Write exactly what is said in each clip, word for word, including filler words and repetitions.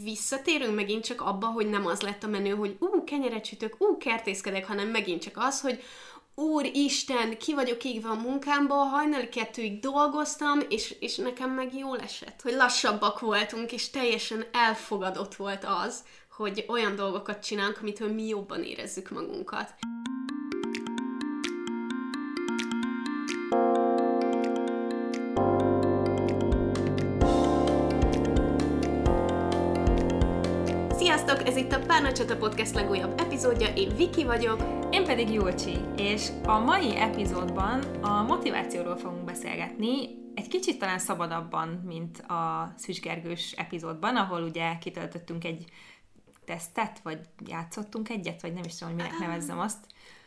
visszatérünk megint csak abba, hogy nem az lett a menő, hogy ú, kenyeret sütök, ú, kertészkedek, hanem megint csak az, hogy Úristen, ki vagyok égve a munkámból, hajnali kettőig dolgoztam, és, és nekem meg jól esett, hogy lassabbak voltunk, és teljesen elfogadott volt az, hogy olyan dolgokat csinálunk, amitől mi jobban érezzük magunkat. Sziasztok! Ez itt a Párnacsata Podcast legújabb epizódja, én Viki vagyok. Én pedig Júlcsi, és a mai epizódban a motivációról fogunk beszélgetni, egy kicsit talán szabadabban, mint a Szűcs Gergős epizódban, ahol ugye kitöltöttünk egy tesztet, vagy játszottunk egyet, vagy nem is tudom, hogy minek nevezzem azt,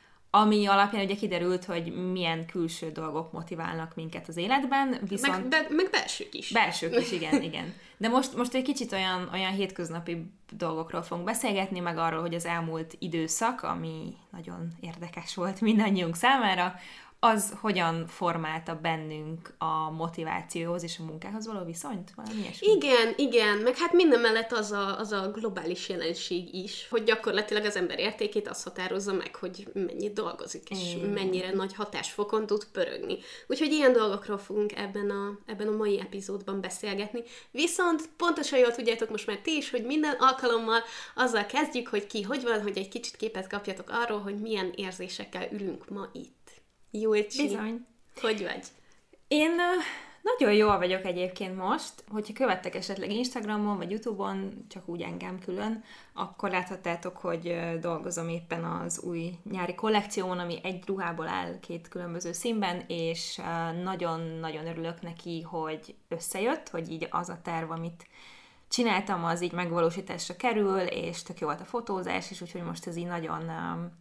ami alapján ugye kiderült, hogy milyen külső dolgok motiválnak minket az életben, viszont... Meg, be, meg belsők is. Belsők is, igen, igen. De most, most egy kicsit olyan, olyan hétköznapi dolgokról fogunk beszélgetni, meg arról, hogy az elmúlt időszak, ami nagyon érdekes volt mindannyiunk számára, az hogyan formálta bennünk a motivációhoz és a munkához való viszonyt? Valami ilyesmi? Igen, igen, meg hát minden mellett az a, az a globális jelenség is, hogy gyakorlatilag az ember értékét azt határozza meg, hogy mennyit dolgozik, és igen, mennyire nagy hatásfokon tud pörögni. Úgyhogy ilyen dolgokról fogunk ebben a, ebben a mai epizódban beszélgetni. Viszont pontosan jól tudjátok most már ti is, hogy minden alkalommal azzal kezdjük, hogy ki hogy van, hogy egy kicsit képet kapjatok arról, hogy milyen érzésekkel ülünk ma itt. Júlcsi, bizony. Hogy vagy? Én uh, nagyon jól vagyok egyébként most, hogyha követtek esetleg Instagramon vagy YouTube-on, csak úgy engem külön, akkor láthattátok, hogy uh, dolgozom éppen az új nyári kollekción, ami egy ruhából áll két különböző színben, és uh, nagyon-nagyon örülök neki, hogy összejött, hogy így az a terv, amit csináltam, az így megvalósításra kerül, és tök jó volt a fotózás, és úgyhogy most ez így nagyon... Um,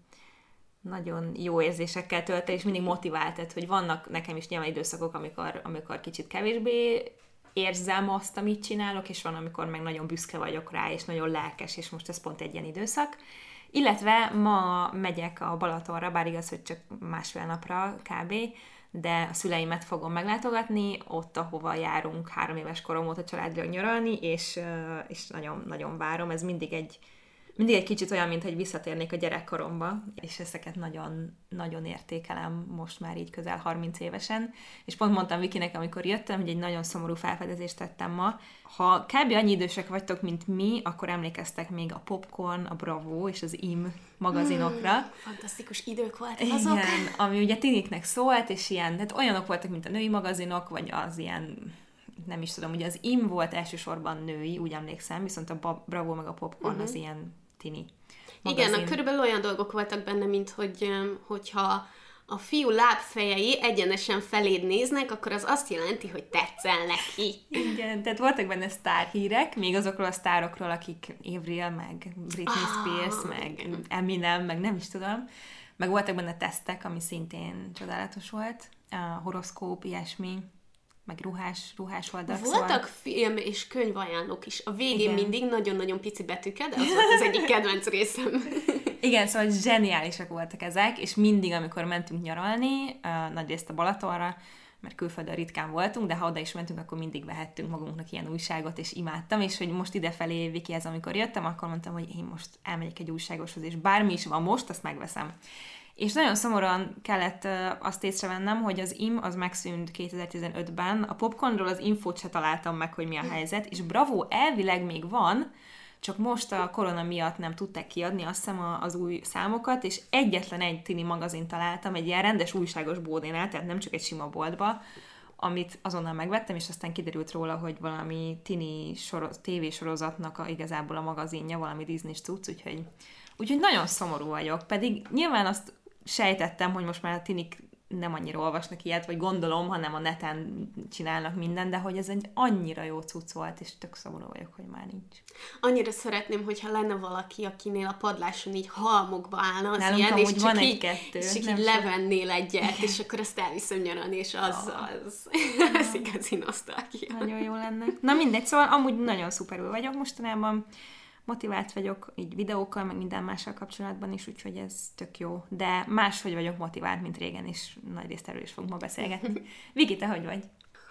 nagyon jó érzésekkel tölt el, és mindig motivált, tehát, hogy vannak nekem is nyilván időszakok, amikor, amikor kicsit kevésbé érzem azt, amit csinálok, és van, amikor meg nagyon büszke vagyok rá, és nagyon lelkes, és most ez pont egy ilyen időszak. Illetve ma megyek a Balatonra, bár igaz, hogy csak másfél napra kb., de a szüleimet fogom meglátogatni, ott, ahova járunk három éves korom óta családilag nyaralni, és, és nagyon, nagyon várom, ez mindig egy Mindig egy kicsit olyan, mint hogy visszatérnék a gyerekkoromba, és ezeket nagyon, nagyon értékelem most már így közel harminc évesen. És pont mondtam Vikinek, amikor jöttem, hogy egy nagyon szomorú felfedezést tettem ma. Ha kb. Annyi idősek vagytok, mint mi, akkor emlékeztek még a Popcorn, a Bravo és az im magazinokra. Hmm, fantasztikus idők voltak azok. Igen, ami ugye tiniknek szólt, és ilyen, tehát olyanok voltak, mint a női magazinok, vagy az ilyen... nem is tudom, ugye az im volt elsősorban női, úgy emlékszem, viszont a Bravo meg a Popcorn uh-huh. az ilyen tini magazin. Igen, körülbelül olyan dolgok voltak benne, mint hogy hogyha a fiú lábfejei egyenesen feléd néznek, akkor az azt jelenti, hogy tetszel neki. Igen, tehát voltak benne sztárhírek, még azokról a sztárokról, akik Avril, meg Britney Spears, oh, meg igen. Eminem, meg nem is tudom. Meg voltak benne tesztek, ami szintén csodálatos volt. A horoszkóp, ilyesmi. Meg ruhás, ruhás oldalak. Voltak szóval... film és könyvajánlók is. A végén igen. mindig nagyon-nagyon pici betűkkel, de az volt az egyik kedvenc részem. Igen, szóval zseniálisak voltak ezek, és mindig, amikor mentünk nyaralni, uh, nagyrészt a Balatonra, mert külföldön ritkán voltunk, de ha oda is mentünk, akkor mindig vehettünk magunknak ilyen újságot, és imádtam, és hogy most idefelé Vikihez, amikor jöttem, akkor mondtam, hogy én most elmegyek egy újságoshoz, és bármi is van most, azt megveszem. És nagyon szomorúan kellett azt észrevennem, hogy az im az megszűnt kétezer-tizenötben, a Popcornról az infót se találtam meg, hogy mi a helyzet, és Bravo elvileg még van, csak most a korona miatt nem tudták kiadni, azt hiszem, az új számokat, és egyetlen egy tini magazin találtam, egy ilyen rendes újságos bódénál, tehát nem csak egy sima boltba, amit azonnal megvettem, és aztán kiderült róla, hogy valami tini soroz, tévésorozatnak a, igazából a magazinja, valami Disney-s cucc, úgyhogy, úgyhogy nagyon szomorú vagyok, pedig nyilván azt sejtettem, hogy most már a tinik nem annyira olvasnak ilyet, vagy gondolom, hanem a neten csinálnak mindent, de hogy ez egy annyira jó cucc volt, és tök szomorú vagyok, hogy már nincs. Annyira szeretném, hogyha lenne valaki, akinél a padláson így halmokba állna az nálunk ilyen, és van csak egy így, kettő, és így levennél egyet, és akkor ezt elviszem nyaralni, és az, oh. az, ez igazi nosztalgia. Nagyon jó lenne. Na mindegy, szóval amúgy nagyon szuperül vagyok mostanában, motivált vagyok így videókkal, meg minden mással kapcsolatban is, úgyhogy ez tök jó. De máshogy vagyok motivált, mint régen, és nagy részt erről is fogunk ma beszélgetni. Viki, te hogy vagy?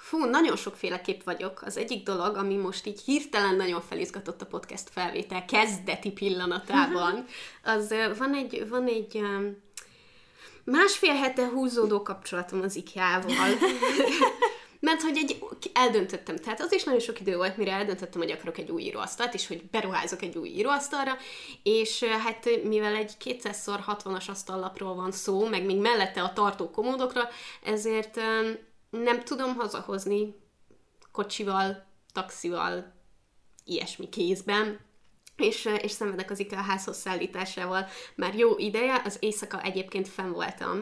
Fú, nagyon sokféleképp vagyok. Az egyik dolog, ami most így hirtelen nagyon felizgatott a podcast felvétel kezdeti pillanatában, az van egy, van egy másfél hete húzódó kapcsolatom az IKEA-val. Mert hogy egy, eldöntöttem, tehát az is nagyon sok idő volt, mire eldöntöttem, hogy akarok egy új íróasztalt, és hogy beruházok egy új íróasztalra, és hát mivel egy kétszáz szor hatvanas asztallapról van szó, meg még mellette a tartó komódokra, ezért nem tudom hazahozni kocsival, taxival, ilyesmi kézben, és, és szenvedek az IKEA házhoz szállításával már jó ideje, az éjszaka egyébként fenn voltam.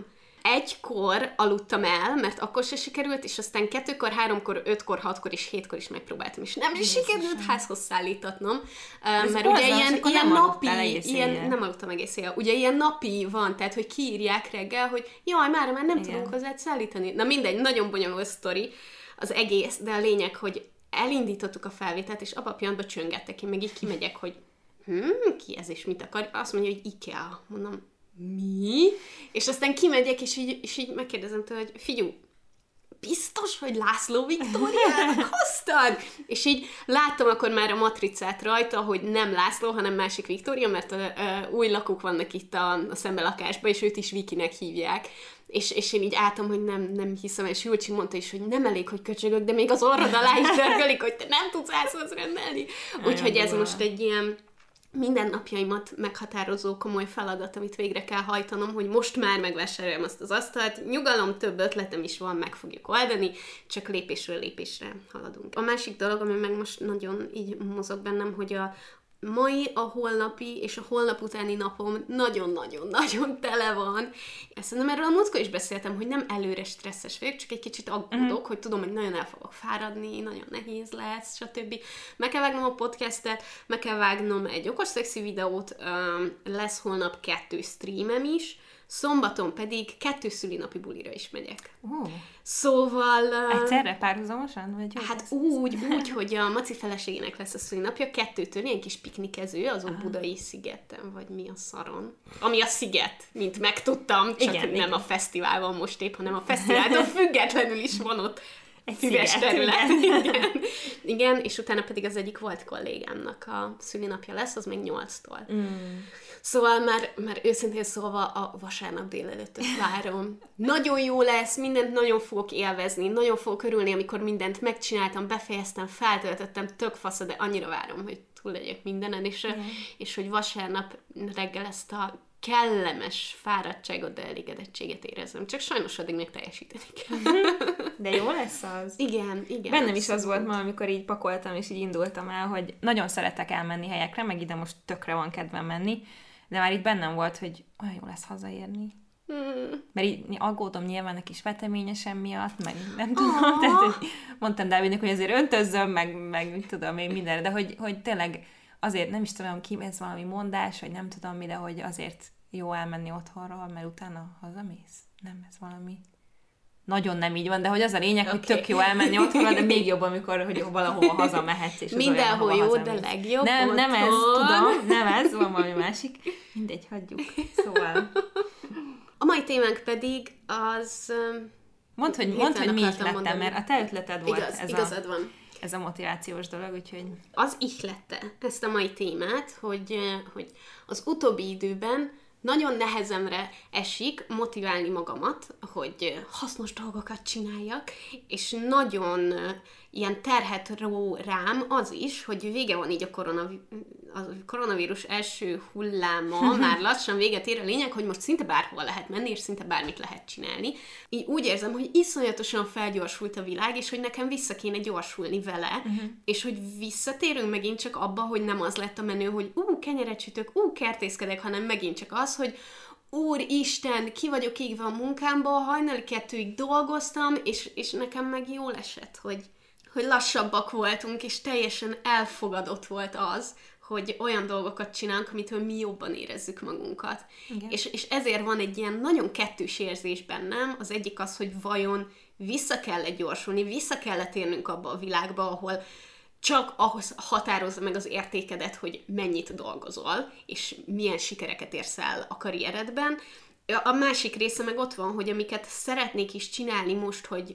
Egykor aludtam el, mert akkor se sikerült, és aztán kettőkor, háromkor, ötkor, hatkor és hétkor is megpróbáltam, és nem is sikerült házhoz szállítatnom, uh, mert ugye ilyen, ilyen napi, ilyen, nem aludtam egész éjjel, ugye ilyen napi van, tehát hogy kiírják reggel, hogy jaj, mára már nem Igen. tudunk hozzád szállítani. Na mindegy, nagyon bonyolult sztori az egész, de a lényeg, hogy elindítottuk a felvételt, és abban a pillanatban csöngettek, én meg így kimegyek, hogy hm, ki ez és mit akar? Azt mondja, hogy IKEA. Mondom, mi? És aztán kimegyek, és így, és így megkérdezem tőle, hogy figyú, biztos, hogy László Viktóriának hoztad? És így láttam akkor már a matricát rajta, hogy nem László, hanem másik Viktória, mert a, a, új lakók vannak itt a, a szembelakásban, és őt is Vikinek hívják. És, és én így álltam, hogy nem, nem hiszem, és Julcsi mondta is, hogy nem elég, hogy köcsögök, de még az orrod alá is dörgölik, hogy te nem tudsz házhoz rendelni. Úgyhogy ez most egy ilyen mindennapjaimat meghatározó komoly feladat, amit végre kell hajtanom, hogy most már megvásárolom azt az asztalt. Nyugalom, több ötletem is van, meg fogjuk oldani, csak lépésről lépésre haladunk. A másik dolog, ami meg most nagyon így mozog bennem, hogy a mai, a holnapi és a holnap utáni napom nagyon-nagyon-nagyon tele van. Ezt nem erről a múltkor is beszéltem, hogy nem előre stresszes vagyok, csak egy kicsit aggódok, mm. hogy tudom, hogy nagyon el fogok fáradni, nagyon nehéz lesz, stb. Meg kell vágnom a podcastet, meg kell vágnom egy okos szexi videót, lesz holnap kettő streamem is, szombaton pedig kettő szülinapi bulira is megyek. Oh. Szóval... Uh, Egyszerre párhuzamosan? Vagy hát úgy, úgy, hogy a Maci feleségének lesz a szülinapja, kettőtől ilyen kis piknikező, az a budai szigeten, vagy mi a szaron. Ami a sziget, mint megtudtam, csak igen, nem igen. a fesztivál van most épp, hanem a fesztiváltól függetlenül is van ott egy üres terület. Igen. igen. igen, és utána pedig az egyik volt kollégámnak a szülinapja lesz, az még nyolctól. Mm. Szóval már, már őszintén szólva a vasárnap délelőttöt várom. Nagyon jó lesz, mindent nagyon fogok élvezni, nagyon fogok örülni, amikor mindent megcsináltam, befejeztem, feltöltöttem, tök fasza, de annyira várom, hogy túl legyek mindenen, és, mm. és hogy vasárnap reggel ezt a kellemes fáradtságot, de elégedettséget érezzem. Csak sajnos addig még teljesíteni kell. De jó lesz az. Igen, igen. Bennem is az volt ma, amikor így pakoltam, és így indultam el, hogy nagyon szeretek elmenni helyekre, meg ide most tökre van kedvem menni, de már itt bennem volt, hogy olyan jó lesz hazaérni. Hmm. Mert így aggódom nyilván a kis veteményesem miatt, meg nem tudom, tehát hogy mondtam Dávidnak, hogy azért öntözzöm, meg, meg tudom még mindenre, de hogy, hogy tényleg azért nem is tudom ki, ez valami mondás, vagy nem tudom mi, de hogy azért jó elmenni otthonról, mert utána hazamész. Nem, ez valami... Nagyon nem így van, de hogy az a lényeg, okay. hogy tök jó elmenni otthonról, de még jobb, amikor hogy valahova hazamehetsz, és az mindenhol olyan, jó, hazamész. De legjobb nem, otthon. Nem ez, tudom, nem ez, van valami másik. Mindegy, hagyjuk. Szóval... A mai témánk pedig az... Mondd, hogy, mondd, hogy mi ihlettem, mert a te ötleted volt. Igaz, ez igazad a... van. Ez a motivációs dolog, úgyhogy... Az ihlette ezt a mai témát, hogy, hogy az utóbbi időben nagyon nehezemre esik motiválni magamat, hogy hasznos dolgokat csináljak, és nagyon ilyen terhet ró rám az is, hogy vége van így a, koronaví- a koronavírus első hulláma, már lassan véget ér, a lényeg, hogy most szinte bárhol lehet menni, és szinte bármit lehet csinálni. Így úgy érzem, hogy iszonyatosan felgyorsult a világ, és hogy nekem vissza kéne gyorsulni vele, uh-huh. és hogy visszatérünk megint csak abba, hogy nem az lett a menő, hogy ú, kenyeret sütök, ú, kertészkedek, hanem megint csak az, hogy Úristen, ki vagyok égve a munkámból, hajnali kettőig dolgoztam, és, és nekem meg jól esett, hogy hogy lassabbak voltunk, és teljesen elfogadott volt az, hogy olyan dolgokat csinálunk, amitől mi jobban érezzük magunkat. És, és ezért van egy ilyen nagyon kettős érzés bennem. Az egyik az, hogy vajon vissza kell-e gyorsulni, vissza kell-e térnünk abba a világba, ahol csak ahhoz határozza meg az értékedet, hogy mennyit dolgozol, és milyen sikereket érsz el a karrieredben. A másik része meg ott van, hogy amiket szeretnék is csinálni most, hogy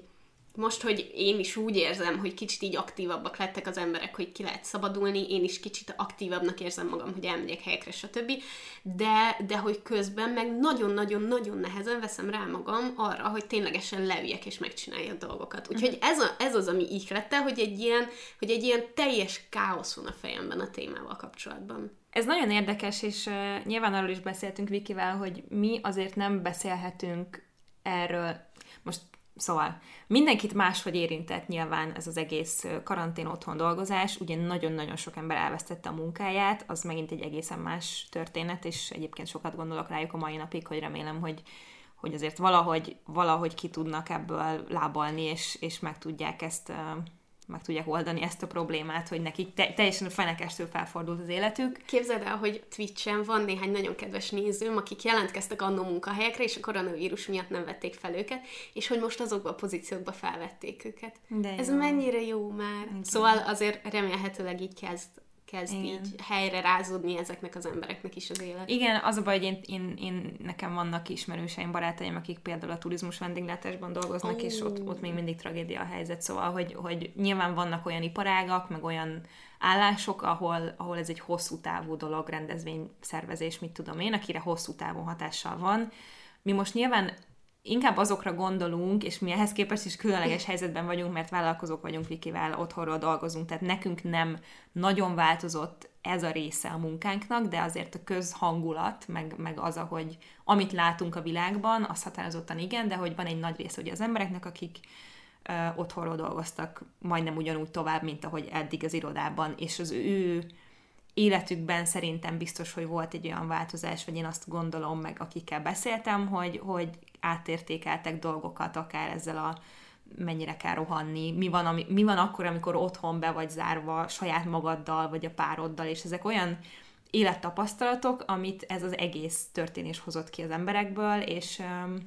most, hogy én is úgy érzem, hogy kicsit így aktívabbak lettek az emberek, hogy ki lehet szabadulni, én is kicsit aktívabbnak érzem magam, hogy elmegyek helyekre, stb. De, de hogy közben meg nagyon-nagyon-nagyon nehezen veszem rá magam arra, hogy ténylegesen leüljek és megcsinálja a dolgokat. Úgyhogy ez, a, ez az, ami ihlette, hogy egy ilyen, hogy egy ilyen teljes káosz van a fejemben a témával kapcsolatban. Ez nagyon érdekes, és uh, nyilván arról is beszéltünk Vikivel, hogy mi azért nem beszélhetünk erről. Most szóval mindenkit máshogy érintett nyilván ez az egész karantén otthon dolgozás, ugye nagyon-nagyon sok ember elvesztette a munkáját, az megint egy egészen más történet, és egyébként sokat gondolok rájuk a mai napig, hogy remélem, hogy, hogy azért valahogy, valahogy ki tudnak ebből lábalni, és, és meg tudják ezt meg tudják oldani ezt a problémát, hogy nekik te- teljesen fenekestől felfordult az életük. Képzeld el, hogy Twitchen van néhány nagyon kedves nézőm, akik jelentkeztek annó munkahelyekre, és a koronavírus miatt nem vették fel őket, és hogy most azokba a pozíciókba felvették őket. De ez jó. Mennyire jó már. Igen. Szóval azért remélhetőleg így kezd kezd Igen. így helyre rázódni ezeknek az embereknek is az élet. Igen, az a baj, hogy én, én, én, nekem vannak ismerőseim, barátaim, akik például a turizmus vendéglátásban dolgoznak, oh. és ott, ott még mindig tragédia a helyzet. Szóval, hogy, hogy nyilván vannak olyan iparágak, meg olyan állások, ahol, ahol ez egy hosszú távú dolog, rendezvényszervezés, mit tudom én, akire hosszú távú hatással van. Mi most nyilván inkább azokra gondolunk, és mi ehhez képest is különleges helyzetben vagyunk, mert vállalkozók vagyunk, Vikivel otthonról dolgozunk, tehát nekünk nem nagyon változott ez a része a munkánknak, de azért a közhangulat, meg, meg az, ahogy amit látunk a világban, az határozottan igen, de hogy van egy nagy része ugye az embereknek, akik ö, otthonról dolgoztak majdnem ugyanúgy tovább, mint ahogy eddig az irodában, és az ő életükben szerintem biztos, hogy volt egy olyan változás, vagy én azt gondolom meg, akikkel beszéltem, hogy, hogy átértékeltek dolgokat, akár ezzel a mennyire kell rohanni, mi van, ami, mi van akkor, amikor otthon be vagy zárva saját magaddal, vagy a pároddal, és ezek olyan élettapasztalatok, amit ez az egész történés hozott ki az emberekből, és,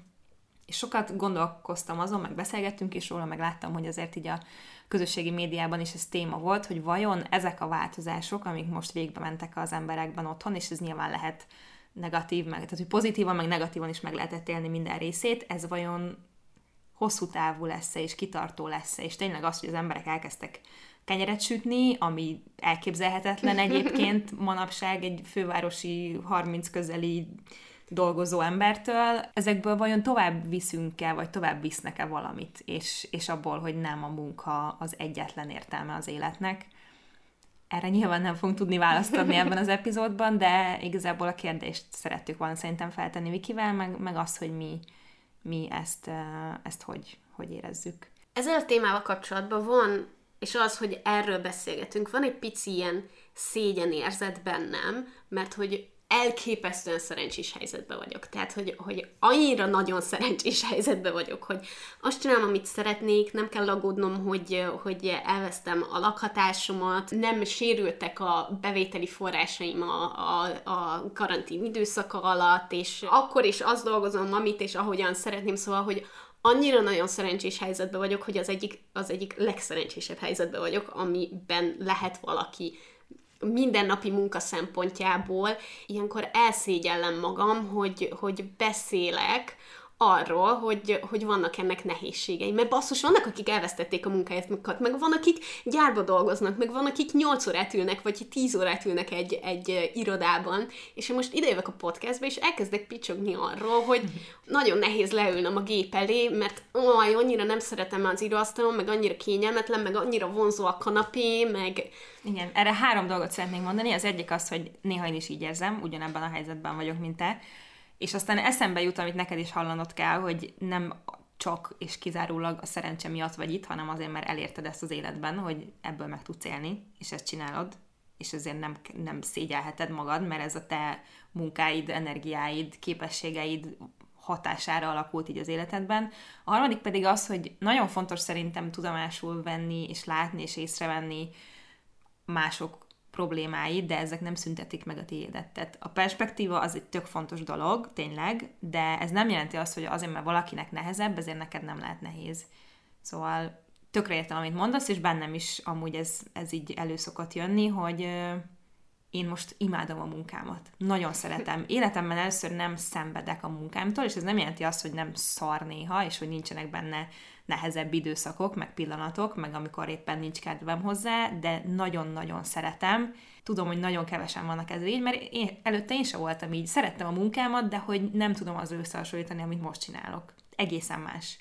és sokat gondolkoztam azon, meg beszélgettünk is róla, meg láttam, hogy azért így a közösségi médiában is ez téma volt, hogy vajon ezek a változások, amik most végbe mentek az emberekben otthon, és ez nyilván lehet negatív, meg, tehát hogy pozitívan, meg negatívan is meg lehetett élni minden részét, ez vajon hosszú távú lesz-e, és kitartó lesz-e, és tényleg az, hogy az emberek elkezdtek kenyeret sütni, ami elképzelhetetlen egyébként manapság egy fővárosi harminc közeli dolgozó embertől, ezekből vajon tovább viszünk-e, vagy tovább visznek-e valamit, és, és abból, hogy nem a munka az egyetlen értelme az életnek. Erre nyilván nem fogunk tudni választ adni ebben az epizódban, de igazából a kérdést szerettük volna szerintem feltenni Vikivel, meg, meg azt, hogy mi, mi ezt, ezt hogy, hogy érezzük. Ezzel a témával kapcsolatban van, és az, hogy erről beszélgetünk, van egy pici ilyen szégyenérzet bennem, mert hogy elképesztően szerencsés helyzetben vagyok. Tehát, hogy, hogy annyira nagyon szerencsés helyzetben vagyok, hogy azt csinálom, amit szeretnék, nem kell aggódnom, hogy, hogy elvesztem a lakhatásomat, nem sérültek a bevételi forrásaim a, a, a karantén időszaka alatt, és akkor is azt dolgozom, amit és ahogyan szeretném, szóval, hogy annyira nagyon szerencsés helyzetben vagyok, hogy az egyik, az egyik legszerencsésebb helyzetben vagyok, amiben lehet valaki mindennapi munka szempontjából. Ilyenkor elszégyellem magam, hogy, hogy beszélek arról, hogy, hogy vannak ennek nehézségei. Mert basszus, vannak, akik elvesztették a munkájukat, meg van, akik gyárba dolgoznak, meg van, akik nyolc órát ülnek, vagy tíz órát ülnek egy, egy irodában, és én most idejövök a podcastbe, és elkezdek picsogni arról, hogy nagyon nehéz leülnöm a gép elé, mert oj, annyira nem szeretem az íróasztalon, meg annyira kényelmetlen, meg annyira vonzó a kanapé, meg... Igen, erre három dolgot szeretnék mondani. Az egyik az, hogy néha én is így érzem, ugyanebben a helyzetben vagyok, mint te, és aztán eszembe jut, amit neked is hallanod kell, hogy nem csak és kizárólag a szerencse miatt vagy itt, hanem azért, mert elérted ezt az életben, hogy ebből meg tudsz élni, és ezt csinálod, és ezért nem, nem szégyelheted magad, mert ez a te munkáid, energiáid, képességeid hatására alakult így az életedben. A harmadik pedig az, hogy nagyon fontos szerintem tudomásul venni, és látni, és észrevenni mások problémáid, de ezek nem szüntetik meg a tiédet. Tehát a perspektíva az egy tök fontos dolog, tényleg, de ez nem jelenti azt, hogy azért, mert valakinek nehezebb, ezért neked nem lehet nehéz. Szóval tökre értem, amit mondasz, és bennem is amúgy ez, ez így elő szokott jönni, hogy én most imádom a munkámat. Nagyon szeretem. Életemben először nem szenvedek a munkámtól, és ez nem jelenti azt, hogy nem szar néha, és hogy nincsenek benne nehezebb időszakok, meg pillanatok, meg amikor éppen nincs kedvem hozzá, de nagyon-nagyon szeretem. Tudom, hogy nagyon kevesen vannak ezzel így, mert én, előtte én sem voltam így. Szerettem a munkámat, de hogy nem tudom az összehasonlítani, amit most csinálok. Egészen más.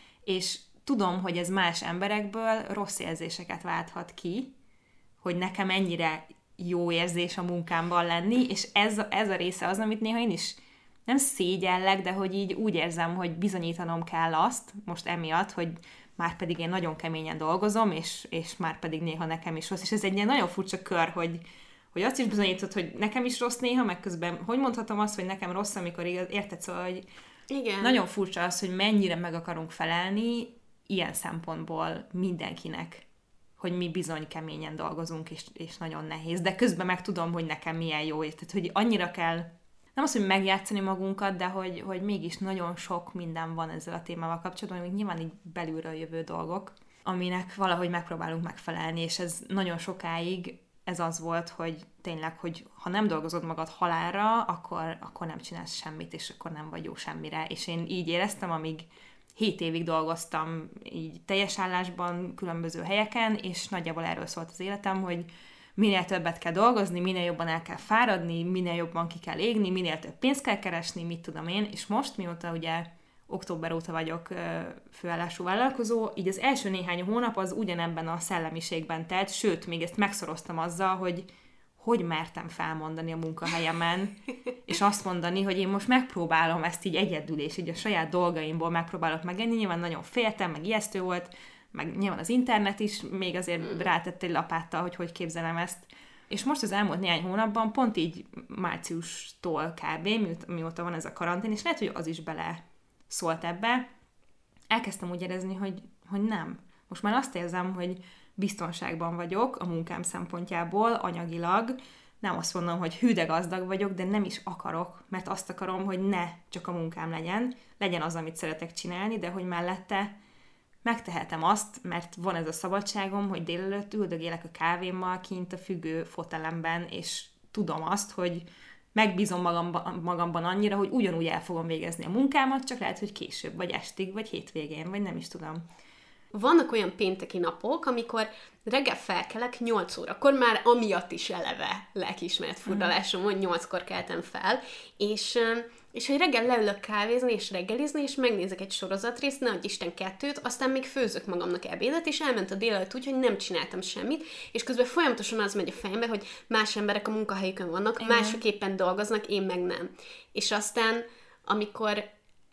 És tudom, hogy ez más emberekből rossz érzéseket válthat ki, hogy nekem ennyire jó érzés a munkámban lenni, és ez, ez a része az, amit néha én is nem szégyellek, de hogy így úgy érzem, hogy bizonyítanom kell azt, most emiatt, hogy már pedig én nagyon keményen dolgozom, és, és már pedig néha nekem is rossz, és ez egy ilyen nagyon furcsa kör, hogy, hogy azt is bizonyítod, hogy nekem is rossz néha, meg közben hogy mondhatom azt, hogy nekem rossz, amikor igaz, érted, szóval, hogy igen. Nagyon furcsa az, hogy mennyire meg akarunk felelni ilyen szempontból mindenkinek, hogy mi bizony keményen dolgozunk, és, és nagyon nehéz, de közben meg tudom, hogy nekem milyen jó, tehát hogy annyira kell, nem az, hogy megjátszani magunkat, de hogy, hogy mégis nagyon sok minden van ezzel a témával kapcsolatban, amik nyilván így belülről jövő dolgok, aminek valahogy megpróbálunk megfelelni, és ez nagyon sokáig ez az volt, hogy tényleg, hogy ha nem dolgozod magad halálra, akkor, akkor nem csinálsz semmit, és akkor nem vagy jó semmire. És én így éreztem, amíg hét évig dolgoztam így teljes állásban, különböző helyeken, és nagyjából erről szólt az életem, hogy minél többet kell dolgozni, minél jobban el kell fáradni, minél jobban ki kell égni, minél több pénzt kell keresni, mit tudom én, és most, mióta ugye október óta vagyok főállású vállalkozó, így az első néhány hónap az ugyanebben a szellemiségben telt, sőt, még ezt megszoroztam azzal, hogy hogy mertem felmondani a munkahelyemen, és azt mondani, hogy én most megpróbálom ezt így egyedül, és így a saját dolgaimból megpróbálok megenni. Nyilván nagyon féltem, meg ijesztő volt, meg nyilván az internet is még azért rátett egy lapáttal, hogy hogy képzelem ezt. És most az elmúlt néhány hónapban, pont így márciustól kb., mióta van ez a karantén, és lehet, hogy az is bele szólt ebbe, elkezdtem úgy érezni, hogy, hogy nem. Most már azt érzem, hogy biztonságban vagyok a munkám szempontjából, anyagilag. Nem azt mondom, hogy hű de gazdag vagyok, de nem is akarok, mert azt akarom, hogy ne csak a munkám legyen, legyen az, amit szeretek csinálni, de hogy mellette megtehetem azt, mert van ez a szabadságom, hogy délelőtt üldögélek a kávémmal kint a függő fotelemben, és tudom azt, hogy megbízom magamban, magamban annyira, hogy ugyanúgy el fogom végezni a munkámat, csak lehet, hogy később, vagy estig, vagy hétvégén, vagy nem is tudom. Vannak olyan pénteki napok, amikor reggel felkelek nyolc órakor, már amiatt is eleve lelkiismeret furdalásom, hogy nyolckor keltem fel, és, és hogy reggel leülök kávézni és reggelizni, és megnézek egy sorozatrészt, nehogy Isten kettőt, aztán még főzök magamnak ebédet, és elment a délelőtt úgy, hogy nem csináltam semmit, és közben folyamatosan az megy a fejembe, hogy más emberek a munkahelyükön vannak, igen. Mások éppen dolgoznak, én meg nem. És aztán, amikor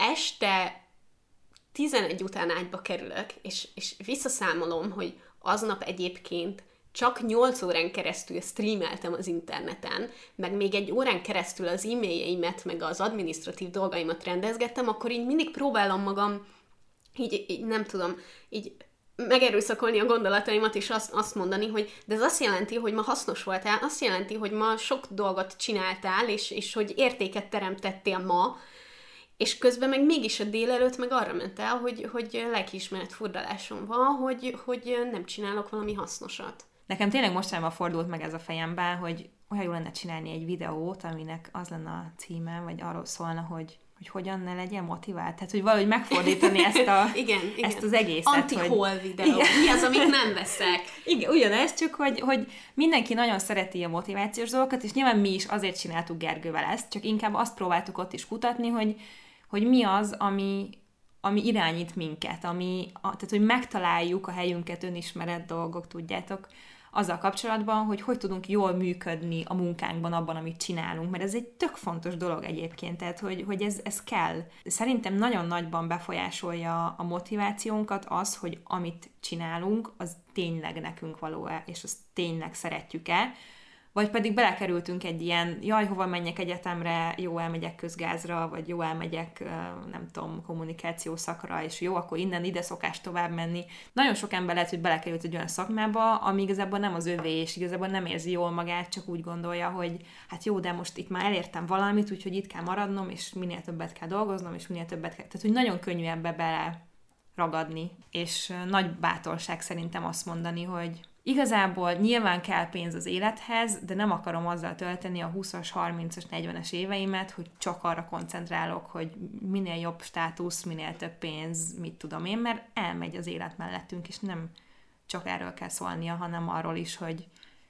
este tizenegy után ágyba kerülök, és, és visszaszámolom, hogy aznap egyébként csak nyolc órán keresztül streameltem az interneten, meg még egy órán keresztül az e-mailjeimet, meg az adminisztratív dolgaimat rendezgettem, akkor így mindig próbálom magam, így, így nem tudom, így megerőszakolni a gondolataimat, és azt, azt mondani, hogy de ez azt jelenti, hogy ma hasznos voltál, azt jelenti, hogy ma sok dolgot csináltál, és, és hogy értéket teremtettél ma, és közben meg mégis a délelőtt meg arra ment el, hogy, hogy lelkiismeret furdalásom van, hogy, hogy nem csinálok valami hasznosat. Nekem tényleg mostanában fordult meg ez a fejemben, hogy olyan jó lenne csinálni egy videót, aminek az lenne a címe, vagy arról szólna, hogy, hogy hogyan ne legyen motivált. Tehát, hogy valahogy megfordítani ezt, a, igen, ezt igen. az egészet. Anti-hol hogy... videó. Igen. Mi az, amit nem veszek? Igen, ugyanez, csak hogy, hogy mindenki nagyon szereti a motivációs dolgokat, és nyilván mi is azért csináltuk Gergővel ezt, csak inkább azt próbáltuk ott is kutatni, hogy hogy mi az, ami, ami irányít minket, ami, a, tehát hogy megtaláljuk a helyünket, önismeret dolgok, tudjátok, azzal kapcsolatban, hogy hogy tudunk jól működni a munkánkban, abban, amit csinálunk, mert ez egy tök fontos dolog egyébként, tehát hogy, hogy ez, ez kell. Szerintem nagyon nagyban befolyásolja a motivációnkat az, hogy amit csinálunk, az tényleg nekünk való-e, és azt tényleg szeretjük-e, vagy pedig belekerültünk egy ilyen, jaj, hova menjek egyetemre, jó, elmegyek közgázra, vagy jó, elmegyek, nem tudom, kommunikáció szakra, és jó, akkor innen ide szokás tovább menni. Nagyon sok ember lehet, hogy belekerült egy olyan szakmába, ami igazából nem az övé, és igazából nem érzi jól magát, csak úgy gondolja, hogy hát jó, de most itt már elértem valamit, úgyhogy itt kell maradnom, és minél többet kell dolgoznom, és minél többet kell. Tehát, hogy nagyon könnyű ebbe bele ragadni, és nagy bátorság szerintem azt mondani, hogy igazából nyilván kell pénz az élethez, de nem akarom azzal tölteni a húszas, harmincas, negyvenes éveimet, hogy csak arra koncentrálok, hogy minél jobb státusz, minél több pénz, mit tudom én, mert elmegy az élet mellettünk, és nem csak erről kell szólnia, hanem arról is, hogy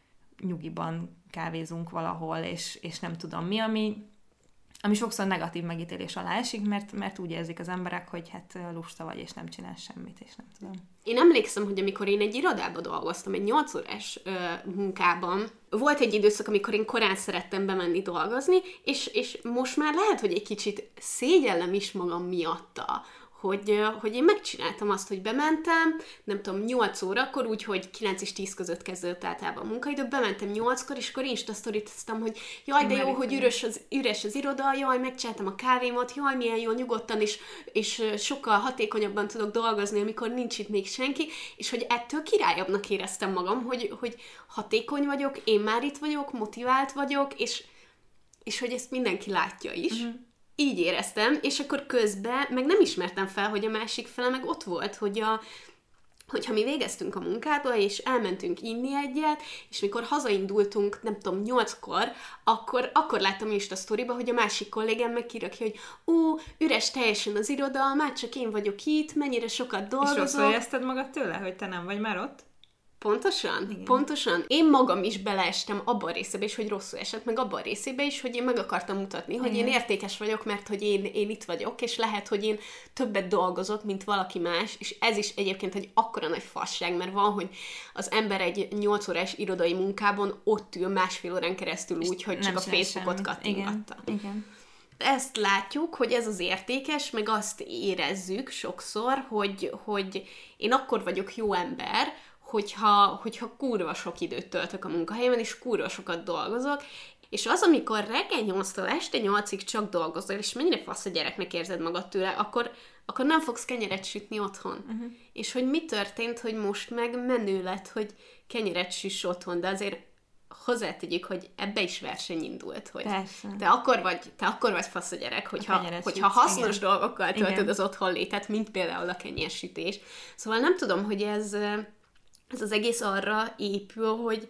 nyugiban kávézunk valahol, és, és nem tudom mi, ami, ami sokszor negatív megítélés alá esik, mert, mert úgy érzik az emberek, hogy hát lusta vagy, és nem csinálsz semmit, és nem tudom. Én emlékszem, hogy amikor én egy irodában dolgoztam, egy nyolc órás ö, munkában, volt egy időszak, amikor én korán szerettem bemenni dolgozni, és, és most már lehet, hogy egy kicsit szégyellem is magam miatta, hogy, hogy én megcsináltam azt, hogy bementem, nem tudom, nyolc órakor, úgyhogy kilenc és tíz között kezdődött általában a munkaidő, bementem nyolckor, és akkor instasztorítoztam, hogy jaj, de jó, hogy üres az, üres az iroda, jaj, megcsináltam a kávémat, jaj, milyen jól, nyugodtan, és, és sokkal hatékonyabban tudok dolgozni, amikor nincs itt még senki, és hogy ettől királyabbnak éreztem magam, hogy, hogy hatékony vagyok, én már itt vagyok, motivált vagyok, és, és hogy ezt mindenki látja is. Uh-huh. Így éreztem, és akkor közben meg nem ismertem fel, hogy a másik fele meg ott volt, hogy a, hogyha mi végeztünk a munkába, és elmentünk inni egyet, és mikor hazaindultunk, nem tudom, nyolckor, akkor, akkor láttam is a sztoriba, hogy a másik kollégám meg kirakja, hogy ú, üres teljesen az iroda, már csak én vagyok itt, mennyire sokat dolgozok. És rosszul érezted magad tőle, hogy te nem vagy már ott? Pontosan, igen. Pontosan. Én magam is beleestem abban a részébe is, hogy rosszul esett, meg abban a részébe is, hogy én meg akartam mutatni, hogy igen. Én értékes vagyok, mert hogy én, én itt vagyok, és lehet, hogy én többet dolgozok, mint valaki más, és ez is egyébként egy akkora nagy fasság, mert van, hogy az ember egy nyolc órás irodai munkában ott ül másfél órán keresztül úgy, hogy csak a Facebookot kattingatta. Igen. Igen. Ezt látjuk, hogy ez az értékes, meg azt érezzük sokszor, hogy, hogy én akkor vagyok jó ember, Hogyha, hogyha kurva sok időt töltök a munkahelyemen, és kurva sokat dolgozok, és az, amikor reggel nyolctól este nyolcig csak dolgozol, és mennyire fasz a gyereknek érzed magad tőle, akkor, akkor nem fogsz kenyeret sütni otthon. Uh-huh. És hogy mi történt, hogy most meg menő lett, hogy kenyeret süss otthon, de azért hozzátegyük, hogy ebbe is verseny indult, hogy te akkor, vagy, te akkor vagy fasz a gyerek, hogyha, a hogyha hasznos igen. dolgokkal töltöd igen. az otthon létet, mint például a kenyérsütés. Szóval nem tudom, hogy ez... Ez az egész arra épül, hogy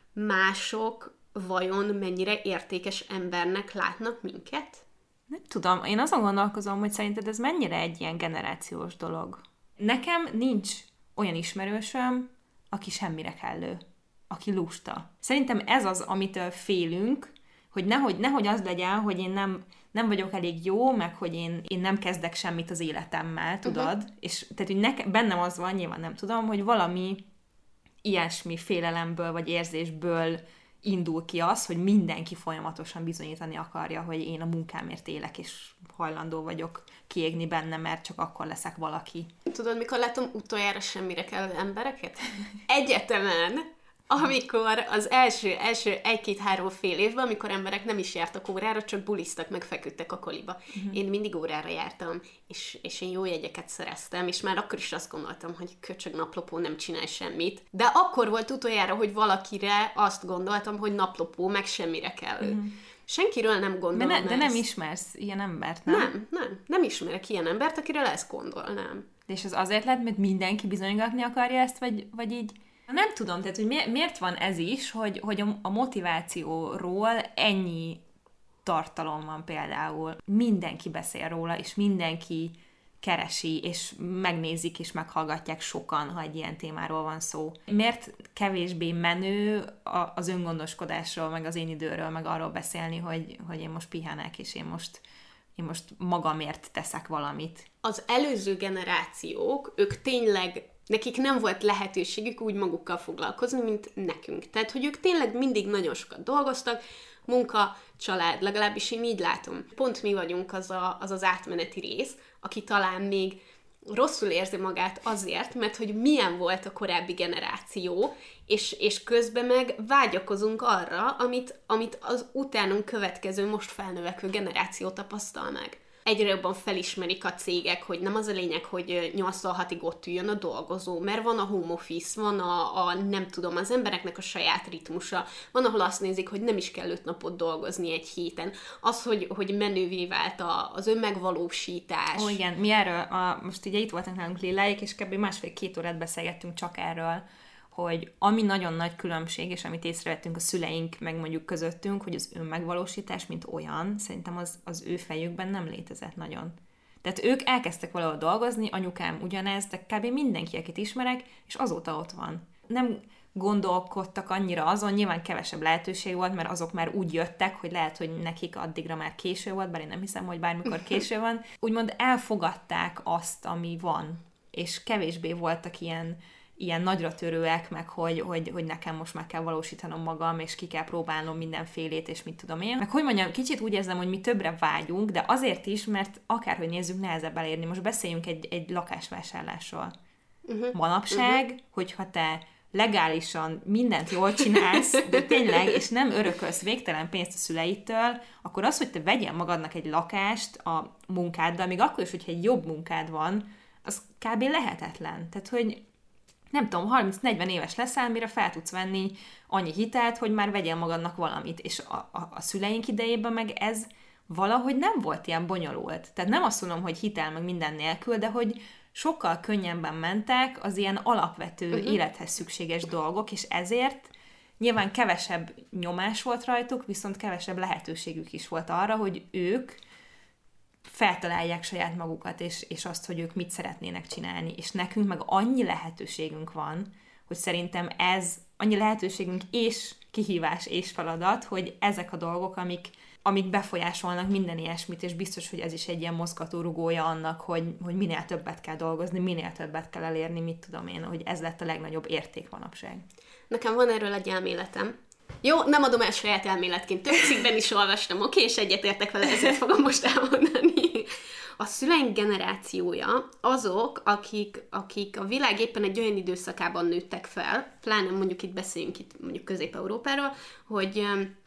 mások vajon mennyire értékes embernek látnak minket? Nem tudom, én azon gondolkozom, hogy szerinted ez mennyire egy ilyen generációs dolog. Nekem nincs olyan ismerősöm, aki semmire kellő, aki lusta. Szerintem ez az, amitől félünk, hogy nehogy, nehogy az legyen, hogy én nem, nem vagyok elég jó, meg hogy én, én nem kezdek semmit az életemmel, tudod? Uh-huh. És tehát, hogy neke, bennem az van, nyilván nem tudom, hogy valami ilyesmi félelemből vagy érzésből indul ki az, hogy mindenki folyamatosan bizonyítani akarja, hogy én a munkámért élek, és hajlandó vagyok kiégni benne, mert csak akkor leszek valaki. Tudod, mikor látom utoljára semmire kell embereket? Egyetemen, amikor az első, első egy-két-három fél évben, amikor emberek nem is jártak órára, csak bulisztak, meg feküdtek a koliba. Uh-huh. Én mindig órára jártam, és, és én jó jegyeket szereztem, és már akkor is azt gondoltam, hogy köcsög naplopó nem csinál semmit. De akkor volt utoljára, hogy valakire azt gondoltam, hogy naplopó, meg semmire kell. Uh-huh. Senkiről nem gondolom de, ne, de nem ismersz ilyen embert, nem? Nem, nem. Nem ismerek ilyen embert, akiről ezt gondolnám. És az azért lett, mert mindenki bizonygatni akarja ezt, vagy, vagy így... Nem tudom, tehát, hogy mi, miért van ez is, hogy, hogy a, a motivációról ennyi tartalom van például. Mindenki beszél róla, és mindenki keresi, és megnézik, és meghallgatják sokan, ha egy ilyen témáról van szó. Miért kevésbé menő az öngondoskodásról, meg az én időről, meg arról beszélni, hogy, hogy én most pihenek, és én most, én most magamért teszek valamit. Az előző generációk, ők tényleg nekik nem volt lehetőségük úgy magukkal foglalkozni, mint nekünk. Tehát, hogy ők tényleg mindig nagyon sokat dolgoztak, munka, család, legalábbis én így látom. Pont mi vagyunk az a, az, az átmeneti rész, aki talán még rosszul érzi magát azért, mert hogy milyen volt a korábbi generáció, és, és közben meg vágyakozunk arra, amit, amit az utánunk következő, most felnövekvő generáció tapasztal meg. Egyre jobban felismerik a cégek, hogy nem az a lényeg, hogy nyolctól hatig ott üljön a dolgozó, mert van a home office, van a, a nem tudom, az embereknek a saját ritmusa, van, ahol azt nézik, hogy nem is kell öt napot dolgozni egy héten. Az, hogy, hogy menővé vált a, az önmegvalósítás. Ó, igen, mi erről, a, most ugye itt voltak nálunk Liláik, és kb. másfél-két órát beszélgettünk csak erről, hogy ami nagyon nagy különbség, és amit észrevettünk a szüleink meg mondjuk közöttünk, hogy az önmegvalósítás, mint olyan, szerintem az, az ő fejükben nem létezett nagyon. Tehát ők elkezdtek valahol dolgozni, anyukám ugyanez, de kb. Mindenki, akit ismerek, és azóta ott van. Nem gondolkodtak annyira azon, nyilván kevesebb lehetőség volt, mert azok már úgy jöttek, hogy lehet, hogy nekik addigra már késő volt, bár én nem hiszem, hogy bármikor késő van. Úgymond elfogadták azt, ami van, és kevésbé voltak ilyen, ilyen nagyra törőek, meg hogy, hogy, hogy nekem most már kell valósítanom magam, és ki kell próbálnom mindenfélét, és mit tudom én. Meg hogy mondjam, kicsit úgy érzem, hogy mi többre vágyunk, de azért is, mert akárhogy nézzük, nehezebb elérni. Most beszéljünk egy, egy lakásvásárlásról. Uh-huh. Manapság, uh-huh. hogyha te legálisan mindent jól csinálsz, de tényleg, és nem örökölsz végtelen pénzt a szüleitől, akkor az, hogy te vegyél magadnak egy lakást a munkáddal, még akkor is, hogyha egy jobb munkád van, az kb. Lehetetlen. Tehát, hogy nem tudom, harminc-negyven éves leszel, mire fel tudsz venni annyi hitelt, hogy már vegyél magadnak valamit. És a, a, a szüleink idejében meg ez valahogy nem volt ilyen bonyolult. Tehát nem azt mondom, hogy hitel meg minden nélkül, de hogy sokkal könnyebben mentek az ilyen alapvető uh-huh. élethez szükséges dolgok, és ezért nyilván kevesebb nyomás volt rajtuk, viszont kevesebb lehetőségük is volt arra, hogy ők feltalálják saját magukat, és, és azt, hogy ők mit szeretnének csinálni. És nekünk meg annyi lehetőségünk van, hogy szerintem ez annyi lehetőségünk és kihívás és feladat, hogy ezek a dolgok, amik, amik befolyásolnak minden ilyesmit, és biztos, hogy ez is egy ilyen mozgatórugója annak, hogy, hogy minél többet kell dolgozni, minél többet kell elérni, mit tudom én, hogy ez lett a legnagyobb érték manapság. Nekem van erről egy elméletem. Jó, nem adom el saját elméletként, több cikkben is olvastam, oké, okay, és egyetértek vele, ezért fogom most elmondani. A szüleink generációja azok, akik, akik a világ éppen egy olyan időszakában nőttek fel, pláne mondjuk itt beszéljünk itt mondjuk Közép-Európáról, hogy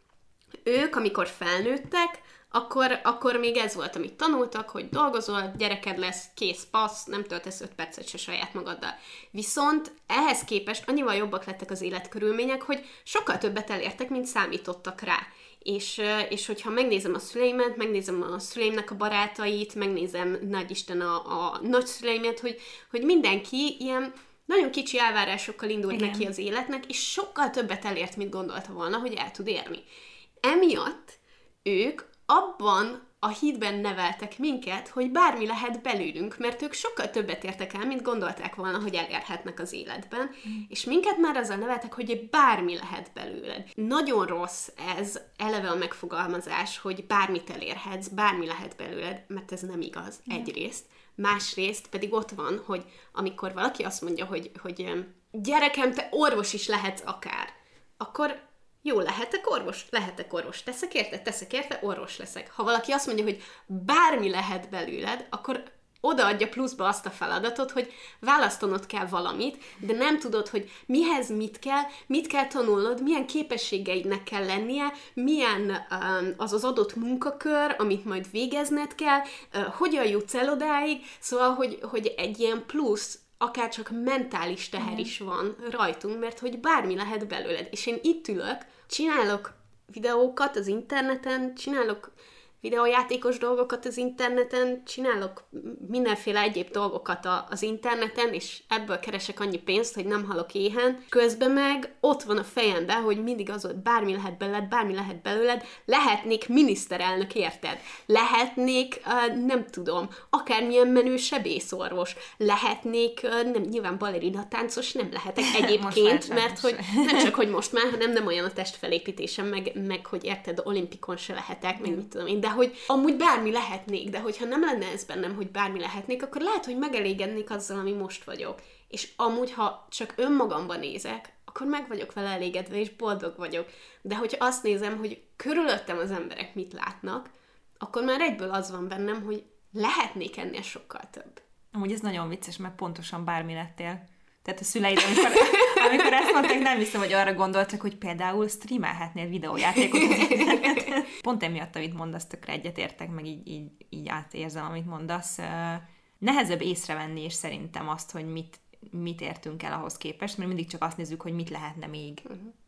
ők, amikor felnőttek, akkor, akkor még ez volt, amit tanultak, hogy dolgozol, gyereked lesz, kész, passz, nem töltesz öt percet se saját magaddal. Viszont ehhez képest annyival jobbak lettek az életkörülmények, hogy sokkal többet elértek, mint számítottak rá. És, és hogyha megnézem a szüleimet, megnézem a szüleimnek a barátait, megnézem nagyisten a, a nagyszüleimet, hogy, hogy mindenki ilyen nagyon kicsi elvárásokkal indult Igen. neki az életnek, és sokkal többet elért, mint gondolta volna, hogy el tud érni. Emiatt ők abban a hitben neveltek minket, hogy bármi lehet belőlünk, mert ők sokkal többet értek el, mint gondolták volna, hogy elérhetnek az életben, mm. és minket már azzal neveltek, hogy bármi lehet belőled. Nagyon rossz ez eleve a megfogalmazás, hogy bármit elérhetsz, bármi lehet belőled, mert ez nem igaz, mm. egyrészt. Másrészt pedig ott van, hogy amikor valaki azt mondja, hogy, hogy gyerekem, te orvos is lehetsz akár, akkor jó, lehetek orvos? Lehetek orvos. Teszek érte? Teszek érte? Orvos leszek. Ha valaki azt mondja, hogy bármi lehet belőled, akkor odaadja pluszba azt a feladatot, hogy választanod kell valamit, de nem tudod, hogy mihez mit kell, mit kell tanulnod, milyen képességeidnek kell lennie, milyen um, az az adott munkakör, amit majd végezned kell, uh, hogyan jutsz el odáig, szóval, hogy, hogy egy ilyen plusz akár csak mentális teher mm. is van rajtunk, mert hogy bármi lehet belőled. És én itt ülök, csinálok videókat az interneten, csinálok videójátékos dolgokat az interneten, csinálok mindenféle egyéb dolgokat a, az interneten, és ebből keresek annyi pénzt, hogy nem halok éhen. Közben meg ott van a fejemben, hogy mindig az, hogy bármi lehet belőled, bármi lehet belőled, lehetnék miniszterelnök, érted? Lehetnék, uh, nem tudom, akármilyen menő sebészorvos, lehetnék, uh, nem, nyilván balerina táncos nem lehetek egyébként, mert hogy nem csak, hogy most már, hanem nem olyan a testfelépítésem, meg, meg hogy érted, olimpikon se lehetek, meg mit tudom én, de hogy amúgy bármi lehetnék, de hogyha nem lenne ez bennem, hogy bármi lehetnék, akkor lehet, hogy megelégednék azzal, ami most vagyok. És amúgy, ha csak önmagamban nézek, akkor meg vagyok vele elégedve, és boldog vagyok. De hogyha azt nézem, hogy körülöttem az emberek mit látnak, akkor már egyből az van bennem, hogy lehetnék ennél sokkal több. Amúgy ez nagyon vicces, mert pontosan bármi lettél. Tehát a szüleid, amikor, amikor ezt mondták, nem hiszem, hogy arra gondoltak, hogy például streamelhetnél videójátékot. Pont emiatt, amit mondasz, tökre egyetértek, meg így, így, így átérzem, amit mondasz. Nehezebb észrevenni, és szerintem azt, hogy mit, mit értünk el ahhoz képest, mert mindig csak azt nézzük, hogy mit lehetne még. Uh-huh.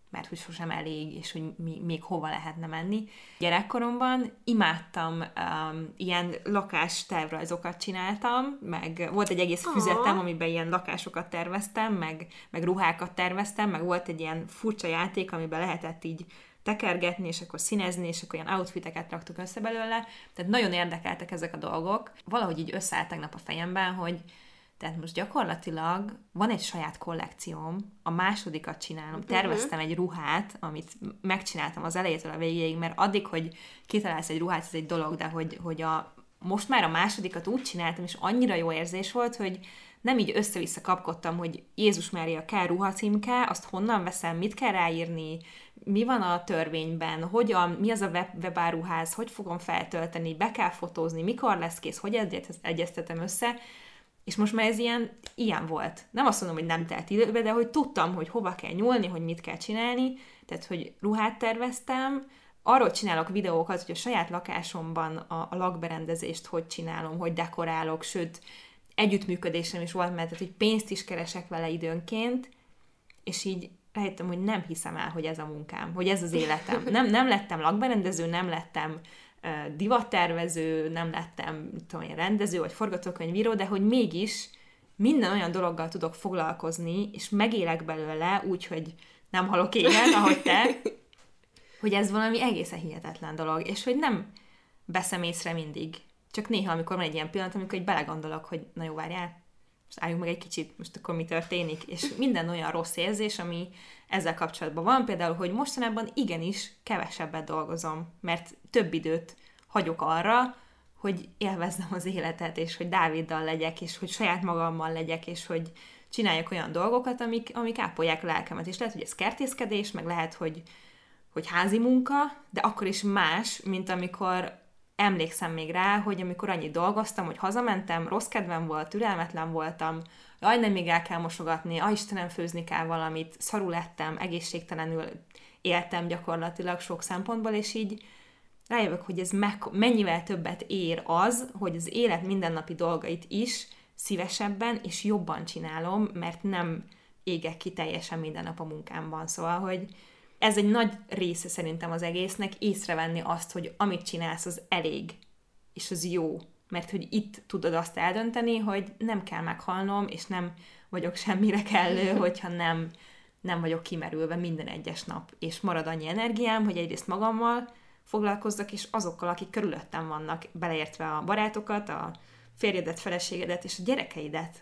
mert hogy sosem elég, és hogy mi, még hova lehetne menni. Gyerekkoromban imádtam um, ilyen lakástervrajzokat csináltam, meg volt egy egész füzetem, amiben ilyen lakásokat terveztem, meg, meg ruhákat terveztem, meg volt egy ilyen furcsa játék, amiben lehetett így tekergetni, és akkor színezni, és akkor ilyen outfiteket raktuk össze belőle. Tehát nagyon érdekeltek ezek a dolgok. Valahogy így összeállt tegnap a fejemben, hogy tehát most gyakorlatilag van egy saját kollekcióm, a másodikat csinálom, terveztem egy ruhát, amit megcsináltam az elejétől a végéig, mert addig, hogy kitalálsz egy ruhát, ez egy dolog, de hogy, hogy a, most már a másodikat úgy csináltam, és annyira jó érzés volt, hogy nem így össze-vissza kapkodtam, hogy Jézus Mária, kell ruhacímke, azt honnan veszem, mit kell ráírni, mi van a törvényben, hogyan, mi az a web, webáruház, hogy fogom feltölteni, be kell fotózni, mikor lesz kész, hogy egyeztetem össze, és most már ez ilyen, ilyen volt. Nem azt mondom, hogy nem telt időbe, de hogy tudtam, hogy hova kell nyúlni, hogy mit kell csinálni, tehát, hogy ruhát terveztem, arról csinálok videókat, hogy a saját lakásomban a, a lakberendezést hogy csinálom, hogy dekorálok, sőt, együttműködésem is volt, mert hogy pénzt is keresek vele időnként, és így rájöttem, hogy nem hiszem el, hogy ez a munkám, hogy ez az életem. Nem, nem lettem lakberendező, nem lettem uh, divattervező, nem lettem tudom, rendező vagy forgatókönyvíró, de hogy mégis minden olyan dologgal tudok foglalkozni, és megélek belőle úgy, hogy nem halok éhen, ahogy te, hogy ez valami egészen hihetetlen dolog, és hogy nem veszem észre mindig. Csak néha, amikor van egy ilyen pillanat, amikor egy belegondolok, hogy na jó, várjál, most álljunk meg egy kicsit, most akkor mi történik, és minden olyan rossz érzés, ami ezzel kapcsolatban van, például, hogy mostanában igenis kevesebbet dolgozom, mert több időt hagyok arra, hogy élvezzem az életet, és hogy Dáviddal legyek, és hogy saját magammal legyek, és hogy csináljak olyan dolgokat, amik, amik ápolják a lelkemet. És lehet, hogy ez kertészkedés, meg lehet, hogy, hogy házi munka, de akkor is más, mint amikor emlékszem még rá, hogy amikor annyit dolgoztam, hogy hazamentem, rossz kedvem volt, türelmetlen voltam, jaj, nem még el kell mosogatni, a Istenem, főzni kell valamit, szarul lettem, egészségtelenül éltem gyakorlatilag sok szempontból, és így rájövök, hogy ez me- mennyivel többet ér az, hogy az élet mindennapi dolgait is szívesebben és jobban csinálom, mert nem égek ki teljesen minden nap a munkámban. Szóval, hogy ez egy nagy része szerintem az egésznek, észrevenni azt, hogy amit csinálsz, az elég, és az jó. Mert hogy itt tudod azt eldönteni, hogy nem kell meghalnom, és nem vagyok semmire kellő, hogyha nem, nem vagyok kimerülve minden egyes nap. És marad annyi energiám, hogy egyrészt magammal foglalkozzak, és azokkal, akik körülöttem vannak, beleértve a barátokat, a férjedet, feleségedet és a gyerekeidet,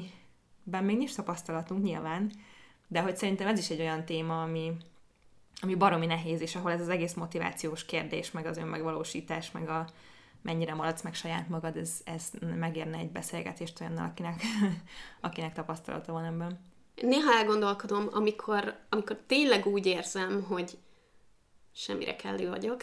amiben még nincs tapasztalatunk nyilván, de hogy szerintem ez is egy olyan téma, ami ami baromi nehéz, és ahol ez az egész motivációs kérdés, meg az önmegvalósítás, meg a mennyire maradsz meg saját magad, ez, ez megérne egy beszélgetést olyannal, akinek, akinek tapasztalata van ebben. Néha elgondolkodom, amikor, amikor tényleg úgy érzem, hogy semmire kellő vagyok.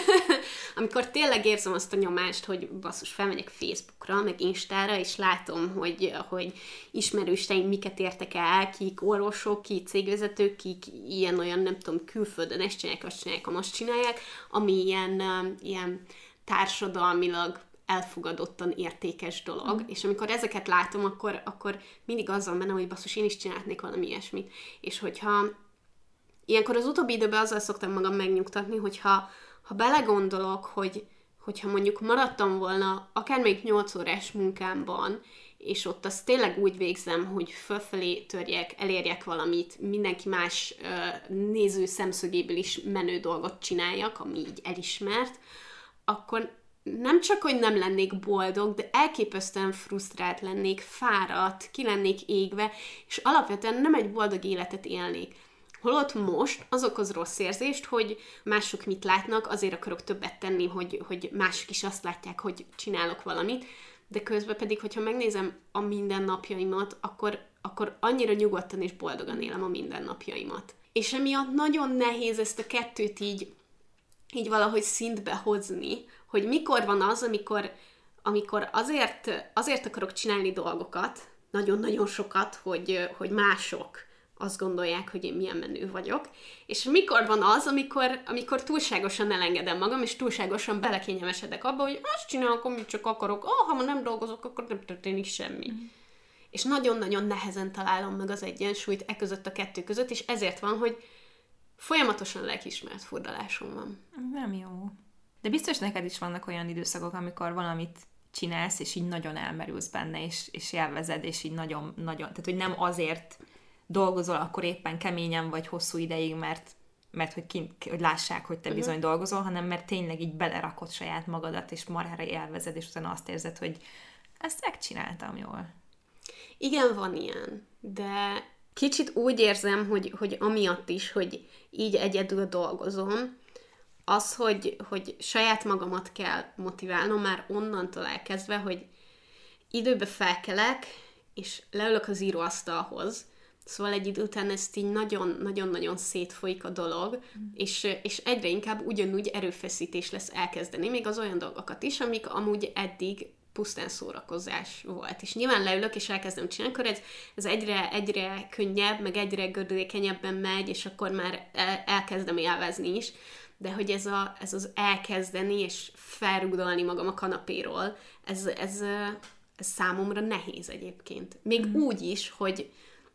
Amikor tényleg érzem azt a nyomást, hogy basszus, felmegyek Facebookra, meg Instára, és látom, hogy, hogy ismerőseim miket értek el, kik orvosok, kik cégvezetők, kik ilyen-olyan, nem tudom, külföldön ezt csinálják, azt csinálják, azt csinálják, ami ilyen, ilyen társadalmilag elfogadottan értékes dolog, mm. és amikor ezeket látom, akkor, akkor mindig az van benne, hogy basszus, én is csinálnék valami ilyesmit. És hogyha ilyenkor az utóbbi időben azzal szoktam magam megnyugtatni, hogyha ha belegondolok, hogy, hogyha mondjuk maradtam volna akármelyik nyolc órás munkámban, és ott azt tényleg úgy végzem, hogy fölfelé törjek, elérjek valamit, mindenki más uh, néző szemszögéből is menő dolgot csináljak, ami így elismert, akkor nem csak, hogy nem lennék boldog, de elképesztően frusztrált lennék, fáradt, ki lennék égve, és alapvetően nem egy boldog életet élnék. Holott most az okoz rossz érzést, hogy mások mit látnak, azért akarok többet tenni, hogy, hogy mások is azt látják, hogy csinálok valamit, de közben pedig, hogyha megnézem a mindennapjaimat, akkor, akkor annyira nyugodtan és boldogan élem a mindennapjaimat. És emiatt nagyon nehéz ezt a kettőt így, így valahogy szintbe hozni, hogy mikor van az, amikor, amikor azért, azért akarok csinálni dolgokat, nagyon-nagyon sokat, hogy, hogy mások azt gondolják, hogy én milyen menő vagyok, és mikor van az, amikor, amikor túlságosan elengedem magam, és túlságosan belekényelmesedek abba, hogy azt csinálok, amit csak akarok, oh, ha nem dolgozok, akkor nem történik semmi. Mm. És nagyon-nagyon nehezen találom meg az egyensúlyt e között a kettő között, és ezért van, hogy Folyamatosan lelkiismeret furdalásom van. Nem jó. De biztos neked is vannak olyan időszakok, amikor valamit csinálsz, és így nagyon elmerülsz benne, és, és élvezed, és így nagyon, nagyon, tehát hogy nem azért dolgozol akkor éppen keményen, vagy hosszú ideig, mert, mert hogy, kint, hogy lássák, hogy te uh-huh. bizony dolgozol, hanem mert tényleg így belerakod saját magadat, és marhára élvezed, és utána azt érzed, hogy ezt megcsináltam jól. Igen, van ilyen, de kicsit úgy érzem, hogy, hogy amiatt is, hogy így egyedül dolgozom, az, hogy, hogy saját magamat kell motiválnom már onnantól elkezdve, hogy időbe felkelek, és leülök az íróasztalhoz. Szóval egy idő után ezt így nagyon-nagyon-nagyon szétfolyik a dolog, mm. és, és egyre inkább ugyanúgy erőfeszítés lesz elkezdeni, még az olyan dolgokat is, amik amúgy eddig pusztán szórakozás volt. És nyilván leülök, és elkezdem csinálni, akkor ez, ez egyre, egyre könnyebb, meg egyre gördülékenyebben megy, és akkor már el, elkezdem élvezni is. De hogy ez, a, ez az elkezdeni, és felrúgdolni magam a kanapéról, ez, ez, ez számomra nehéz egyébként. Még mm. úgy is, hogy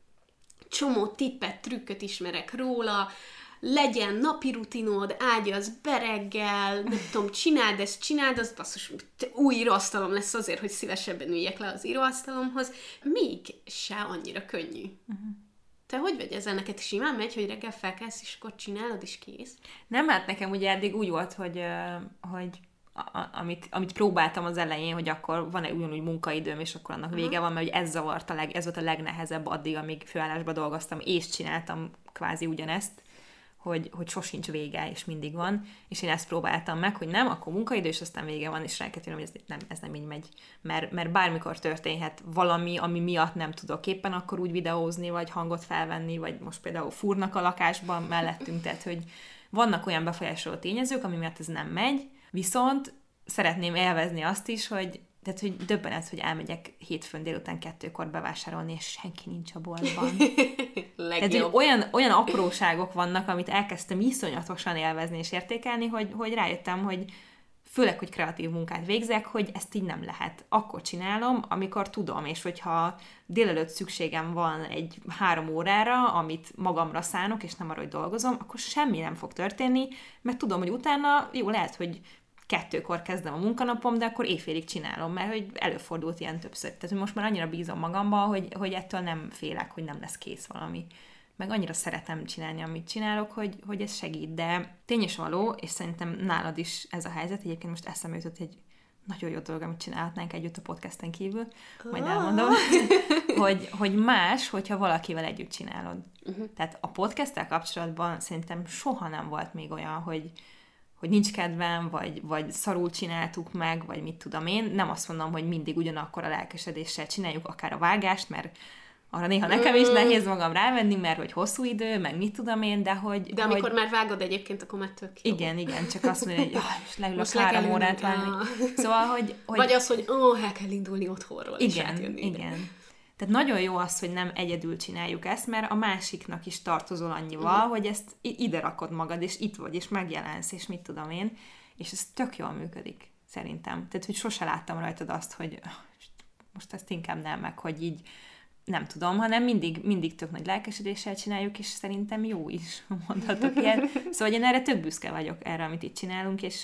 csomó tippet, trükköt ismerek róla, legyen napi rutinod, ágyaz bereggel, nem tudom, csináld ezt, csináld azt, basszus, új íróasztalom lesz azért, hogy szívesebben üljek le az íróasztalomhoz, még se annyira könnyű. Uh-huh. Te hogy vagy ezzel? Neked simán megy, hogy reggel felkelsz, és akkor csinálod, és kész? Nem, hát nekem ugye eddig úgy volt, hogy, hogy a, amit, amit próbáltam az elején, hogy akkor van-e ugyanúgy munkaidőm, és akkor annak vége van, mert hogy ez zavart a leg, ez volt a legnehezebb addig, amíg főállásban dolgoztam, és csináltam kvázi ugyanezt, hogy, hogy sosincs vége, és mindig van, és én ezt próbáltam meg, hogy nem, akkor munkaidő, és aztán vége van, és rákettőm, hogy ez nem, ez nem így megy, mert, mert bármikor történhet valami, ami miatt nem tudok éppen akkor úgy videózni, vagy hangot felvenni, vagy most például fúrnak a lakásban mellettünk, tehát, hogy vannak olyan befolyásoló tényezők, ami miatt ez nem megy, viszont szeretném élvezni azt is, hogy tehát, hogy döbbenet, hogy elmegyek hétfőn délután kettőkor bevásárolni, és senki nincs a boltban. Tehát, hogy olyan, olyan apróságok vannak, amit elkezdtem iszonyatosan élvezni és értékelni, hogy, hogy rájöttem, hogy főleg, hogy kreatív munkát végzek, hogy ezt így nem lehet. Akkor csinálom, amikor tudom, és hogyha délelőtt szükségem van egy három órára, amit magamra szánok, és nem arra, hogy dolgozom, akkor semmi nem fog történni, mert tudom, hogy utána jó, lehet, hogy kettőkor kezdem a munkanapom, de akkor éjfélig csinálom, mert hogy előfordult ilyen többször. Tehát, hogy most már annyira bízom magamban, hogy, hogy ettől nem félek, hogy nem lesz kész valami. Meg annyira szeretem csinálni, amit csinálok, hogy, hogy ez segít. De tény és való, és szerintem nálad is ez a helyzet. Egyébként most eszembe jutott egy nagyon jó dolog, amit csinálhatnánk együtt a podcasten kívül. Majd elmondom, hogy, hogy más, hogyha valakivel együtt csinálod. Uh-huh. Tehát a podcasttel kapcsolatban szerintem soha nem volt még olyan, hogy hogy nincs kedvem, vagy, vagy szarul csináltuk meg, vagy mit tudom én. Nem azt mondom, hogy mindig ugyanakkor a lelkesedéssel csináljuk akár a vágást, mert arra néha nekem is nehéz magam rávenni, mert hogy hosszú idő, meg mit tudom én, de hogy... De amikor hogy... már vágod egyébként, akkor már tök jó. Igen, igen, csak azt mondja, hogy most leülök három órát vágni. Szóval, hogy, hogy... Vagy az, hogy ó, el kell indulni otthonról, igen, és átjönni igen. Ide. Tehát nagyon jó az, hogy nem egyedül csináljuk ezt, mert a másiknak is tartozol annyival, uh-huh. hogy ezt ide rakod magad, és itt vagy, és megjelensz, és mit tudom én, és ez tök jól működik, szerintem. Tehát, hogy sose láttam rajtad azt, hogy most ezt inkább nem, meg hogy így nem tudom, hanem mindig, mindig tök nagy lelkesedéssel csináljuk, és szerintem jó is, mondhatok ilyen. Szóval én erre tök büszke vagyok, erre, amit itt csinálunk, és...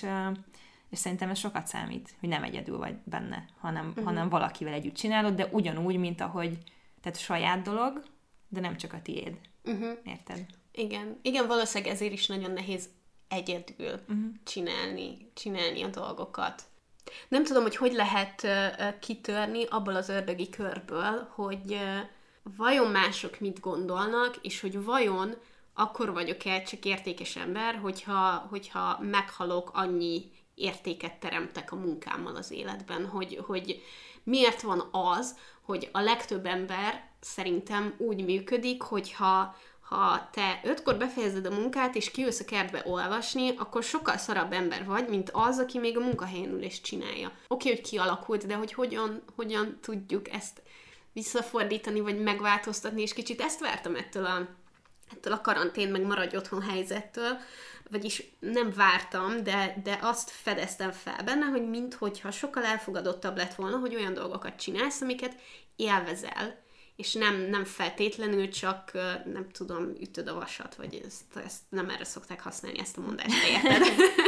és szerintem ez sokat számít, hogy nem egyedül vagy benne, hanem, uh-huh. hanem valakivel együtt csinálod, de ugyanúgy, mint ahogy, tehát saját dolog, de nem csak a tiéd. Uh-huh. Érted? Igen. Igen, valószínűleg ezért is nagyon nehéz egyedül uh-huh. csinálni, csinálni a dolgokat. Nem tudom, hogy hogy lehet uh, kitörni abból az ördögi körből, hogy uh, vajon mások mit gondolnak, és hogy vajon akkor vagyok-e csak értékes ember, hogyha, hogyha meghalok, annyi értéket teremtek a munkámmal az életben, hogy, hogy miért van az, hogy a legtöbb ember szerintem úgy működik, hogyha ha te ötkor befejezed a munkát, és kiülsz a kertbe olvasni, akkor sokkal szarabb ember vagy, mint az, aki még a munkahelyen ül és csinálja. Oké, hogy kialakult, de hogy hogyan, hogyan tudjuk ezt visszafordítani, vagy megváltoztatni, és kicsit ezt vártam ettől a, ettől a karantén, meg maradj otthon helyzettől, vagyis nem vártam, de, de azt fedeztem fel benne, hogy minthogyha sokkal elfogadottabb lett volna, hogy olyan dolgokat csinálsz, amiket élvezel, és nem, nem feltétlenül csak, nem tudom, ütöd a vasat, vagy ezt, ezt nem erre szokták használni, ezt a mondást, érted?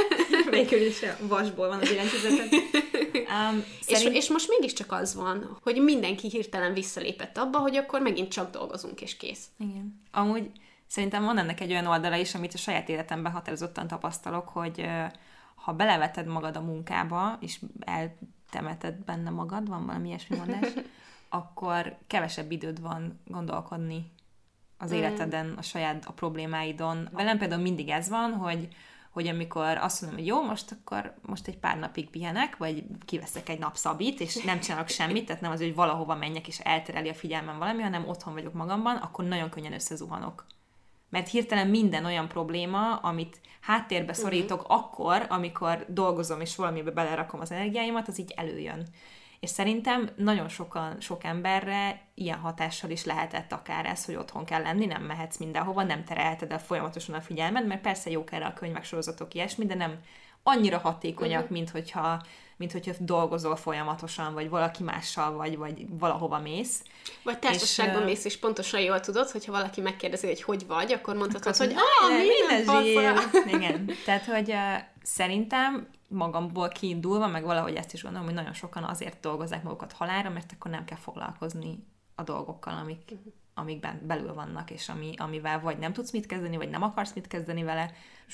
Végül is a vasból van az billentyűzetet. Um, szerint... és, és most mégiscsak az van, hogy mindenki hirtelen visszalépett abba, hogy akkor megint csak dolgozunk, és kész. Igen. Amúgy szerintem van ennek egy olyan oldala is, amit a saját életemben határozottan tapasztalok, hogy ha beleveted magad a munkába, és eltemeted benne magad, van valami ilyesmi mondás, akkor kevesebb időd van gondolkodni az életeden, a saját a problémáidon. Velem például mindig ez van, hogy, hogy amikor azt mondom, hogy jó, most akkor most egy pár napig pihenek, vagy kiveszek egy napszabit, és nem csinálok semmit, tehát nem az, hogy valahova menjek, és eltereli a figyelmem valami, hanem otthon vagyok magamban, akkor nagyon könnyen összezuhanok. Mert hirtelen minden olyan probléma, amit háttérbe szorítok uh-huh. akkor, amikor dolgozom, és valamibe belerakom az energiáimat, az így előjön. És szerintem nagyon sokan, sok emberre ilyen hatással is lehetett akár ez, hogy otthon kell lenni, nem mehetsz mindenhova, nem terelheted el folyamatosan a figyelmed, mert persze jók erre a könyvek, sorozatok, ilyesmi, de nem annyira hatékonyak, uh-huh. mint, hogyha, mint hogyha dolgozol folyamatosan, vagy valaki mással, vagy, vagy valahova mész. Vagy társaságban és, mész, és pontosan jól tudod, hogyha valaki megkérdezi, hogy hogy vagy, akkor mondhatod, akkor hogy ah, minden zsír. Igen. Tehát, hogy uh, szerintem magamból kiindulva, meg valahogy ezt is gondolom, hogy nagyon sokan azért dolgozzák magukat halálra, mert akkor nem kell foglalkozni a dolgokkal, amik, uh-huh. amikben belül vannak, és ami, amivel vagy nem tudsz mit kezdeni, vagy nem akarsz mit kezdeni vele.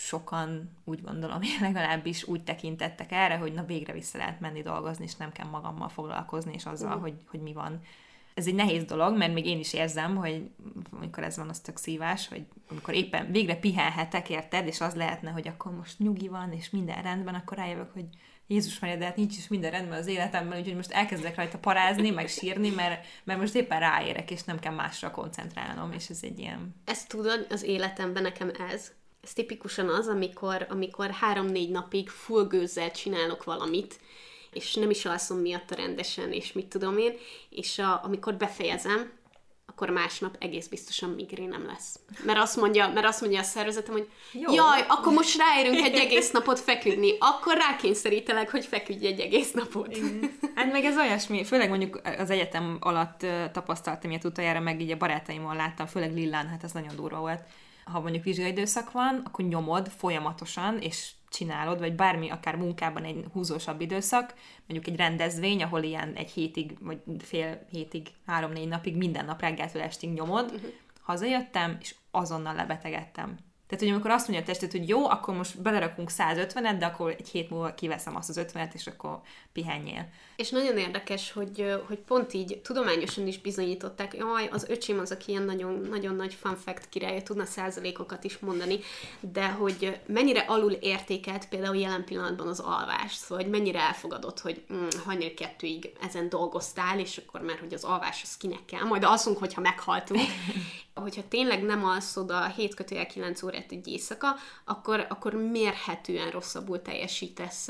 Sokan úgy gondolom, én legalábbis úgy tekintettek erre, hogy na végre vissza lehet menni dolgozni, és nem kell magammal foglalkozni, és azzal, uh-huh. hogy, hogy mi van. Ez egy nehéz dolog, mert még én is érzem, hogy amikor ez van, az tök szívás, hogy amikor éppen végre pihenhetek, érted, és az lehetne, hogy akkor most nyugi van, és minden rendben, akkor rájövök, hogy Jézus Mária, de hát nincs is minden rendben az életemben, úgyhogy most elkezdek rajta parázni, meg sírni, mert, mert most éppen ráérek, és nem kell másra koncentrálnom, és ez egy ilyen... Ezt tudod, az életemben nekem ez. Ez tipikusan az, amikor, amikor három-négy napig full gőzzel csinálok valamit, és nem is alszom miatta rendesen, és mit tudom én, és a, amikor befejezem, akkor másnap egész biztosan migrénem lesz. Mert azt mondja, mert azt mondja a szervezetem, hogy jó. Jaj, akkor most ráérünk egy egész napot feküdni, akkor rákényszerítelek, hogy feküdj egy egész napot. Igen. Hát meg ez olyasmi, főleg mondjuk az egyetem alatt tapasztaltam ilyet utoljára, meg így a barátaimon láttam, főleg Lillán, hát ez nagyon durva volt. Ha mondjuk vizsgai időszak van, akkor nyomod folyamatosan, és csinálod, vagy bármi, akár munkában egy húzósabb időszak, mondjuk egy rendezvény, ahol ilyen egy hétig, vagy fél hétig, három-négy napig, minden nap reggeltől estig nyomod, uh-huh. hazajöttem, és azonnal lebetegedtem. Tehát, hogy amikor azt mondja a testet, hogy jó, akkor most belerakunk százötvenet, de akkor egy hét múlva kiveszem azt az ötvenet, és akkor pihenjél. És nagyon érdekes, hogy, hogy pont így tudományosan is bizonyították, jaj, az öcsém az, aki ilyen nagyon, nagyon nagy fun fact királya, tudna százalékokat is mondani, de hogy mennyire alul értékelt például jelen pillanatban az alvás, szóval hogy mennyire elfogadott, hogy hm, hajnal kettőig ezen dolgoztál, és akkor már, hogy az alvás az kinek kell, majd alszunk, hogyha meghaltunk. Hogyha tényleg nem alszod a hét kötőjel kilenc órát egy éjszaka, akkor, akkor mérhetően rosszabbul teljesítesz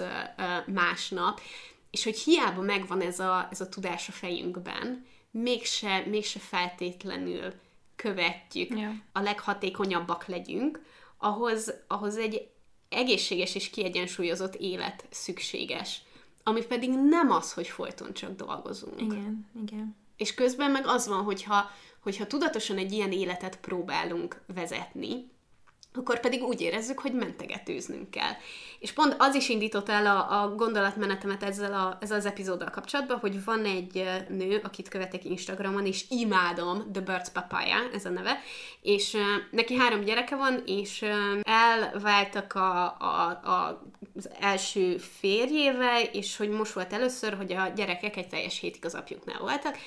másnap, és hogy hiába megvan ez a, ez a tudás a fejünkben, mégse, mégse feltétlenül követjük, yeah. a leghatékonyabbak legyünk, ahhoz, ahhoz egy egészséges és kiegyensúlyozott élet szükséges, ami pedig nem az, hogy folyton csak dolgozunk. Igen, igen. És közben meg az van, hogyha, hogyha tudatosan egy ilyen életet próbálunk vezetni, akkor pedig úgy érezzük, hogy mentegetőznünk kell. És pont az is indított el a, a gondolatmenetemet ezzel, a, ezzel az epizóddal kapcsolatban, hogy van egy nő, akit követek Instagramon, és imádom, The Birds Papaya, ez a neve, és uh, neki három gyereke van, és uh, elváltak a, a, a, az első férjével, és hogy most volt először, hogy a gyerekek egy teljes hétig az apjuknál voltak,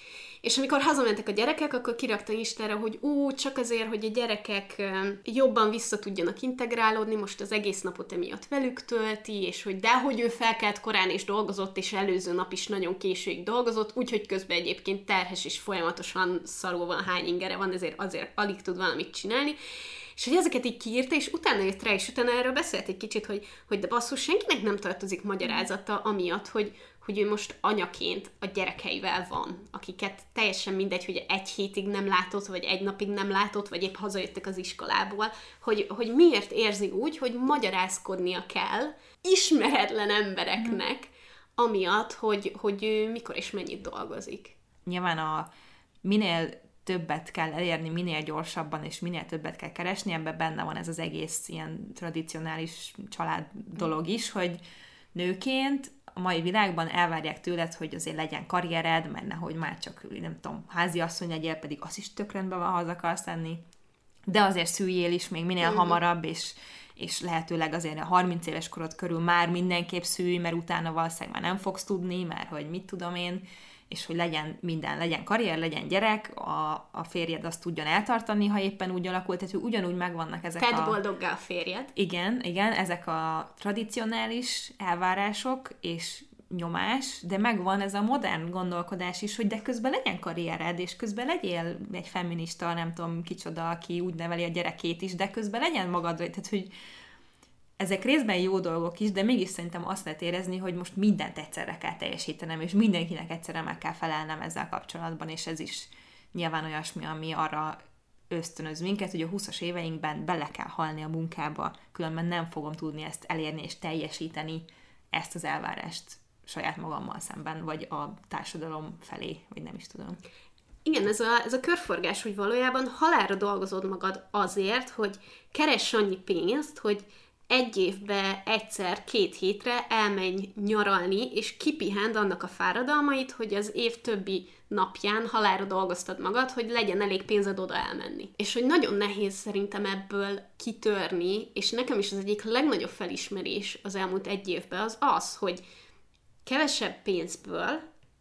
és amikor hazamentek a gyerekek, akkor kirakta Instára, hogy ú, csak azért, hogy a gyerekek jobban vissza tudjanak integrálódni, most az egész napot emiatt velük tölti, és hogy dehogy ő felkelt korán és dolgozott, és előző nap is nagyon későig dolgozott, úgyhogy közben egyébként terhes és folyamatosan szarul van, hány ingere van, ezért azért alig tud valamit csinálni. És hogy ezeket így kiírta, és utána jött rá, és utána erről beszélt egy kicsit, hogy, hogy de basszus, senkinek nem tartozik magyarázata amiatt, hogy, hogy ő most anyaként a gyerekeivel van, akiket teljesen mindegy, hogy egy hétig nem látott, vagy egy napig nem látott, vagy épp hazajöttek az iskolából, hogy, hogy miért érzi úgy, hogy magyarázkodnia kell ismeretlen embereknek, amiatt, hogy, hogy ő mikor és mennyit dolgozik. Nyilván a minél többet kell elérni, minél gyorsabban, és minél többet kell keresni, ebben benne van ez az egész ilyen tradicionális család dolog is, hogy nőként a mai világban elvárják tőled, hogy azért legyen karriered, mert nehogy már csak, nem tudom, háziasszony legyél, pedig az is tök rendben van, ha az akarsz lenni. De azért szüljél is még minél mm-hmm. hamarabb, és, és lehetőleg azért a harminc éves korod körül már mindenképp szülj, mert utána valószínűleg már nem fogsz tudni, mert hogy mit tudom én, és hogy legyen minden, legyen karrier, legyen gyerek, a, a férjed azt tudjon eltartani, ha éppen úgy alakult, tehát hogy ugyanúgy megvannak ezek Tedd a... boldoggá a férjed. Igen, igen, ezek a tradicionális elvárások és nyomás, de megvan ez a modern gondolkodás is, hogy de közben legyen karriered, és közben legyél egy feminista, nem tudom kicsoda, aki úgy neveli a gyerekét is, de közben legyen magad, tehát hogy ezek részben jó dolgok is, de mégis szerintem azt lehet érezni, hogy most mindent egyszerre kell teljesítenem, és mindenkinek egyszerre meg kell felelnem ezzel kapcsolatban, és ez is nyilván olyasmi, ami arra ösztönöz minket, hogy a húszas éveinkben bele kell halni a munkába, különben nem fogom tudni ezt elérni és teljesíteni, ezt az elvárást saját magammal szemben, vagy a társadalom felé, vagy nem is tudom. Igen, ez a, ez a körforgás, hogy valójában halálra dolgozod magad azért, hogy keress annyi pénzt, hogy egy évbe egyszer, két hétre elmenj nyaralni, és kipihend annak a fáradalmait, hogy az év többi napján halálra dolgoztad magad, hogy legyen elég pénzed oda elmenni. És hogy nagyon nehéz szerintem ebből kitörni, és nekem is az egyik legnagyobb felismerés az elmúlt egy évben az az, hogy kevesebb pénzből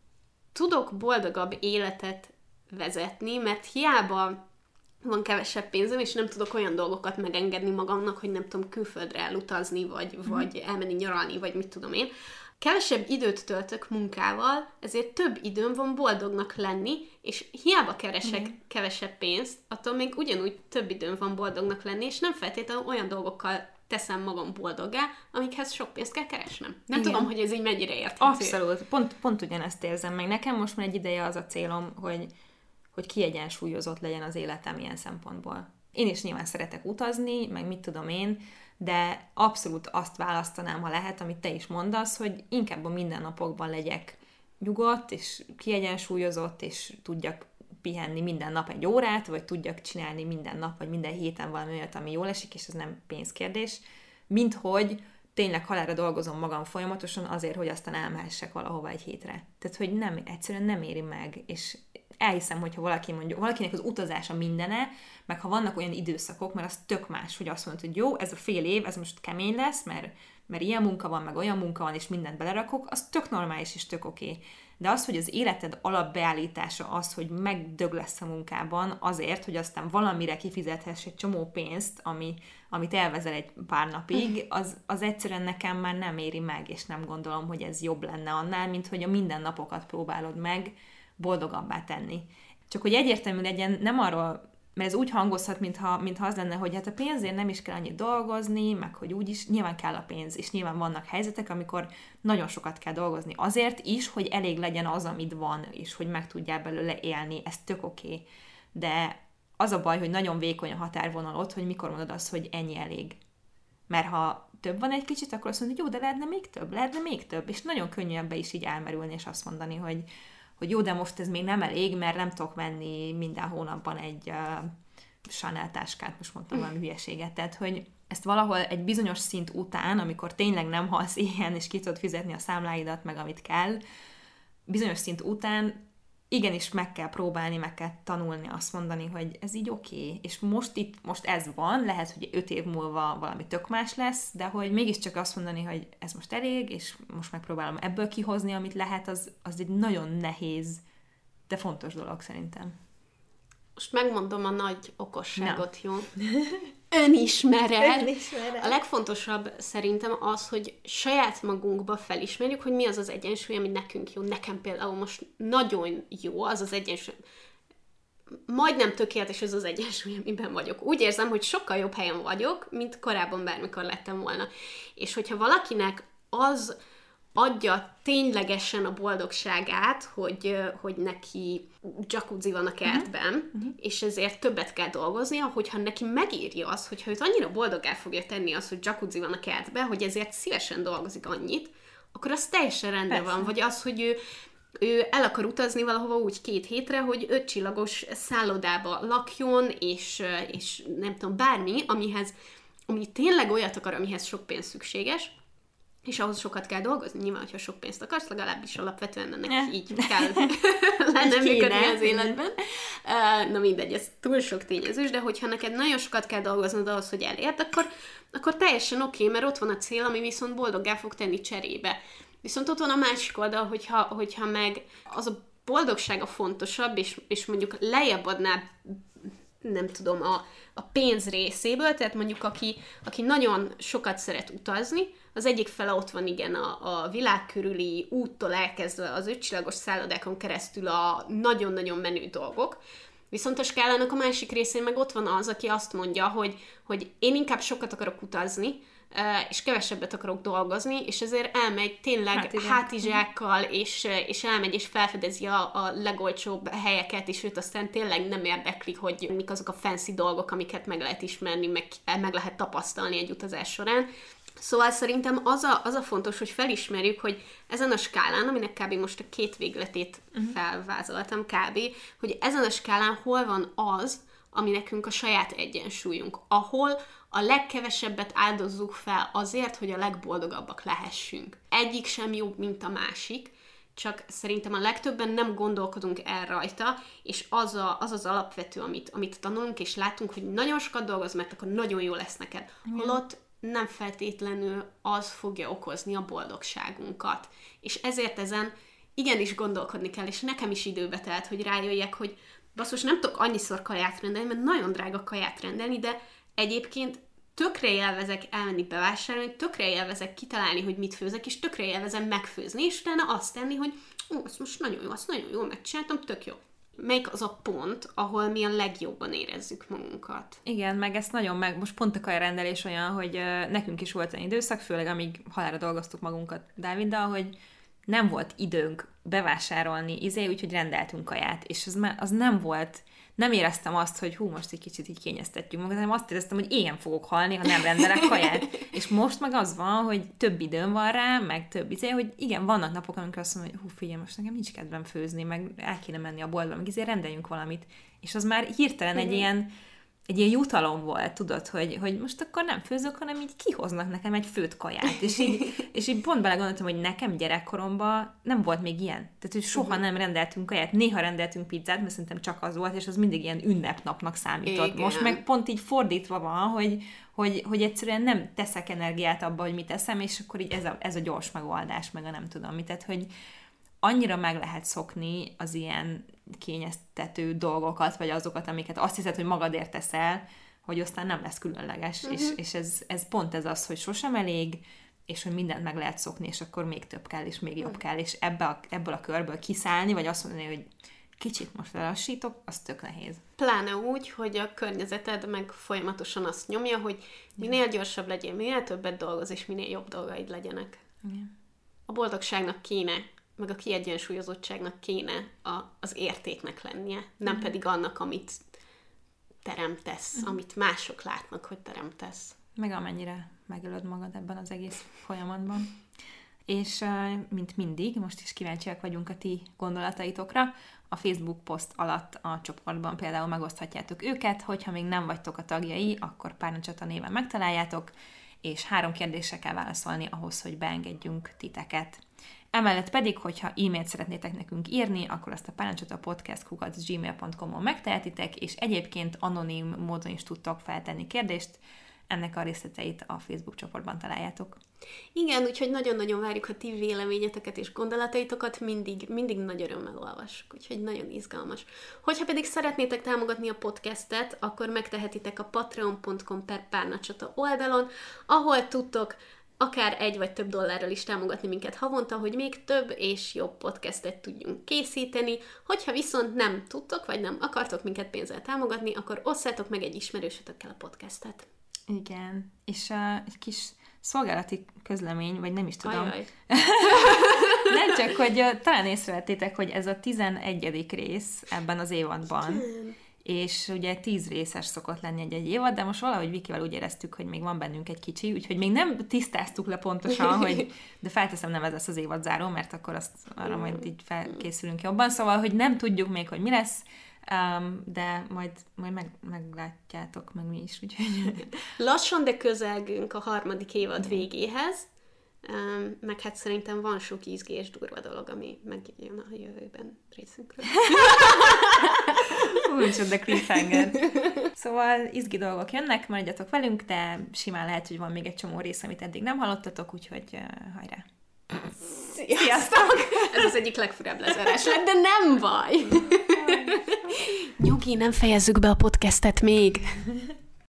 tudok boldogabb életet vezetni, mert hiába van kevesebb pénzem, és nem tudok olyan dolgokat megengedni magamnak, hogy nem tudom külföldre elutazni, vagy, mm. vagy elmenni nyaralni, vagy mit tudom én. Kevesebb időt töltök munkával, ezért több időm van boldognak lenni, és hiába keresek mm. kevesebb pénzt, attól még ugyanúgy több időm van boldognak lenni, és nem feltétlenül olyan dolgokkal teszem magam boldoggá, amikhez sok pénzt kell keresnem. Nem Igen. tudom, hogy ez így mennyire érthető. Abszolút. Pont, pont ugyanezt érzem meg. Nekem most már egy ideje az a célom, hogy hogy kiegyensúlyozott legyen az életem ilyen szempontból. Én is nyilván szeretek utazni, meg mit tudom én, de abszolút azt választanám, ha lehet, amit te is mondasz, hogy inkább a mindennapokban legyek nyugodt, és kiegyensúlyozott, és tudjak pihenni minden nap egy órát, vagy tudjak csinálni minden nap, vagy minden héten valami olyat, ami jól esik, és ez nem pénzkérdés, mint hogy tényleg halálra dolgozom magam folyamatosan azért, hogy aztán elmehessek valahova egy hétre. Tehát, hogy nem, egyszerűen nem éri meg, és elhiszem, hogyha valaki mondja, valakinek az utazása mindene, meg ha vannak olyan időszakok, mert az tök más, hogy azt mondod, hogy jó, ez a fél év, ez most kemény lesz, mert, mert ilyen munka van, meg olyan munka van, és mindent belerakok, az tök normális és tök oké. Okay. De az, hogy az életed alapbeállítása az, hogy megdög lesz a munkában azért, hogy aztán valamire kifizethess egy csomó pénzt, ami, amit elvezel egy pár napig, az, az egyszerűen nekem már nem éri meg, és nem gondolom, hogy ez jobb lenne annál, mint hogy a mindennapokat próbálod meg boldogabbá tenni. Csak hogy egyértelmű legyen, nem arról, mert ez úgy hangozhat, mintha, mintha az lenne, hogy hát a pénzért nem is kell annyit dolgozni, meg hogy úgyis nyilván kell a pénz, és nyilván vannak helyzetek, amikor nagyon sokat kell dolgozni azért is, hogy elég legyen az, amit van, és hogy meg tudjál belőle élni, ez tök oké. Okay. De az a baj, hogy nagyon vékony a határvonal ott, hogy mikor mondod azt, hogy ennyi elég. Mert ha több van egy kicsit, akkor azt mondod, hogy jó, de lehetne még több, lehetne még több, és nagyon könnyű ebbe is így elmerülni, és azt mondani, hogy hogy jó, de most ez még nem elég, mert nem tudok venni minden hónapban egy uh, Chanel táskát, most mondtam valami hülyeséget, tehát, hogy ezt valahol egy bizonyos szint után, amikor tényleg nem halsz ilyen, és ki tudod fizetni a számláidat, meg amit kell, bizonyos szint után igenis meg kell próbálni, meg kell tanulni azt mondani, hogy ez így oké, okay. És most itt, most ez van, lehet, hogy öt év múlva valami tök más lesz, de hogy mégiscsak azt mondani, hogy ez most elég, és most megpróbálom ebből kihozni, amit lehet, az, az egy nagyon nehéz, de fontos dolog szerintem. Most megmondom a nagy okosságot, no. Jó? Önismeret. Önismeret. A legfontosabb szerintem az, hogy saját magunkba felismerjük, hogy mi az az egyensúly, ami nekünk jó. Nekem például most nagyon jó az az egyensúly. Majdnem tökéletes az az egyensúly, amiben vagyok. Úgy érzem, hogy sokkal jobb helyen vagyok, mint korábban bármikor lettem volna. És hogyha valakinek az adja ténylegesen a boldogságát, hogy, hogy neki jacuzzi van a kertben, uh-huh. és ezért többet kell dolgoznia, hogyha neki megírja az, hogyha őt annyira boldoggá fogja tenni az, hogy jacuzzi van a kertben, hogy ezért szívesen dolgozik annyit, akkor az teljesen rendben van. Vagy az, hogy ő ő el akar utazni valahova úgy két hétre, hogy ötcsillagos szállodába lakjon, és, és nem tudom, bármi, amihez, ami tényleg olyat akar, amihez sok pénz szükséges, és ahhoz sokat kell dolgozni. Nyilván, hogyha sok pénzt akarsz, legalábbis alapvetően ennek ja. így kell lenne működni az életben. Na mindegy, ez túl sok tényezős, de hogyha neked nagyon sokat kell dolgoznod ahhoz, hogy elérd, akkor, akkor teljesen oké, okay, mert ott van a cél, ami viszont boldoggá fog tenni cserébe. Viszont ott van a másik oldal, hogyha, hogyha meg az a boldogság a fontosabb, és, és mondjuk lejjebb adná, nem tudom, a, a pénz részéből, tehát mondjuk aki, aki nagyon sokat szeret utazni, az egyik fele ott van igen a, a világ körüli úttól elkezdve az ötcsillagos szállodákon keresztül a nagyon-nagyon menő dolgok, viszont a skálának a másik részén meg ott van az, aki azt mondja, hogy, hogy én inkább sokat akarok utazni, és kevesebbet akarok dolgozni, és ezért elmegy tényleg hátizsák. hátizsákkal, és, és elmegy és felfedezi a, a legolcsóbb helyeket, és őt aztán tényleg nem érdekli, hogy mik azok a fancy dolgok, amiket meg lehet ismerni, meg, meg lehet tapasztalni egy utazás során. Szóval szerintem az a, az a fontos, hogy felismerjük, hogy ezen a skálán, aminek kb. Most a két végletét uh-huh. felvázoltam kb., hogy ezen a skálán hol van az, ami nekünk a saját egyensúlyunk, ahol a legkevesebbet áldozzuk fel azért, hogy a legboldogabbak lehessünk. Egyik sem jobb, mint a másik, csak szerintem a legtöbben nem gondolkodunk el rajta, és az a, az, az alapvető, amit, amit tanulunk, és látunk, hogy nagyon sokat dolgoz, mert akkor nagyon jó lesz neked. Holott nem feltétlenül az fogja okozni a boldogságunkat. És ezért ezen igenis gondolkodni kell, és nekem is időbe telt, hogy rájöjjek, hogy basszus, nem tudok annyiszor kaját rendelni, mert nagyon drága kaját rendelni, de egyébként tökre élvezek elmenni bevásárolni, tökre élvezek kitalálni, hogy mit főzek, és tökre élvezem megfőzni, és utána azt tenni, hogy ó, azt most nagyon jó, azt nagyon jól megcsináltam, tök jó. Melyik az a pont, ahol mi a legjobban érezzük magunkat? Igen, meg ezt nagyon meg, most pont a kajarendelés olyan, hogy uh, nekünk is volt egy időszak, főleg amíg halálra dolgoztuk magunkat Dáviddal, hogy nem volt időnk bevásárolni, izé, úgyhogy rendeltünk kaját, és az, az nem volt, nem éreztem azt, hogy hú, most egy kicsit így kényeztetjük magunkat, hanem azt éreztem, hogy éhen fogok halni, ha nem rendelek kaját. És most meg az van, hogy több időm van rá, meg több izé, hogy igen, vannak napok, amikor azt mondom, hogy hú, figyelj, most nekem nincs kedvem főzni, meg el kéne menni a boltba, meg izé rendeljünk valamit. És az már hirtelen egy ilyen egy ilyen jutalom volt, tudod, hogy, hogy most akkor nem főzök, hanem így kihoznak nekem egy főtt kaját. És így, és így pont belegondoltam, hogy nekem gyerekkoromban nem volt még ilyen. Tehát, hogy soha nem rendeltünk kaját. Néha rendeltünk pizzát, mert szerintem csak az volt, és az mindig ilyen ünnepnapnak számított. Igen. Most meg pont így fordítva van, hogy, hogy, hogy egyszerűen nem teszek energiát abba, hogy mit eszem, és akkor így ez a, ez a gyors megoldás, meg a nem tudom mit. Tehát, hogy annyira meg lehet szokni az ilyen kényeztető dolgokat, vagy azokat, amiket azt hiszed, hogy magadért teszel, hogy aztán nem lesz különleges. Uh-huh. És, és ez, ez pont ez az, hogy sosem elég, és hogy mindent meg lehet szokni, és akkor még több kell, és még jobb uh-huh. kell, és ebbe a, ebből a körből kiszállni, vagy azt mondani, hogy kicsit most lelassítok, az tök nehéz. Pláne úgy, hogy a környezeted meg folyamatosan azt nyomja, hogy minél gyorsabb legyél, minél többet dolgoz, és minél jobb dolgaid legyenek. Uh-huh. A boldogságnak kéne, meg a kiegyensúlyozottságnak kéne a, az értéknek lennie, nem mm. pedig annak, amit teremtesz, mm. amit mások látnak, hogy teremtesz. Meg amennyire megölöd magad ebben az egész folyamatban. És mint mindig, most is kíváncsiak vagyunk a ti gondolataitokra. A Facebook poszt alatt a csoportban például megoszthatjátok őket, hogyha még nem vagytok a tagjai, akkor Párnacsata néven megtaláljátok, és három kérdésre kell válaszolni ahhoz, hogy beengedjünk titeket. Emellett pedig, hogyha e-mailt szeretnétek nekünk írni, akkor azt a párnacsatapodcast kukac gmail pont com-on megtehetitek, és egyébként anonim módon is tudtok feltenni kérdést. Ennek a részleteit a Facebook csoportban találjátok. Igen, úgyhogy nagyon-nagyon várjuk a ti véleményeteket és gondolataitokat, mindig, mindig nagy örömmel olvassuk, úgyhogy nagyon izgalmas. Hogyha pedig szeretnétek támogatni a podcastet, akkor megtehetitek a patreon pont com per párnacsata oldalon, ahol tudtok akár egy vagy több dollárral is támogatni minket havonta, hogy még több és jobb podcastet tudjunk készíteni. Hogyha viszont nem tudtok, vagy nem akartok minket pénzzel támogatni, akkor osszátok meg egy ismerősötökkel a podcastet. Igen, és uh, egy kis szolgálati közlemény, vagy nem is tudom. Ajaj. Nem csak, hogy uh, talán észrevettétek, hogy ez a tizenegyedik rész ebben az évadban. és ugye tíz részes szokott lenni egy-egy évad, de most valahogy Vikivel úgy éreztük, hogy még van bennünk egy kicsi, úgyhogy még nem tisztáztuk le pontosan, hogy, de felteszem, nem ez lesz az évad záró, mert akkor azt arra majd így felkészülünk jobban, szóval, hogy nem tudjuk még, hogy mi lesz, Um, de majd, majd meg, meglátjátok, meg mi is, úgyhogy... Lassan, de közelgünk a harmadik évad végéhez, um, meg hát szerintem van sok izgi és durva dolog, ami megjön a jövőben részünkről. Úgyhogy de cliffhanger. Szóval izgi dolgok jönnek, maradjatok velünk, de simán lehet, hogy van még egy csomó rész, amit eddig nem hallottatok, úgyhogy uh, hajrá! Sziasztok! Ez az egyik legfurább lezárás lett, de nem baj! Nyugi, nem fejezzük be a podcastet még!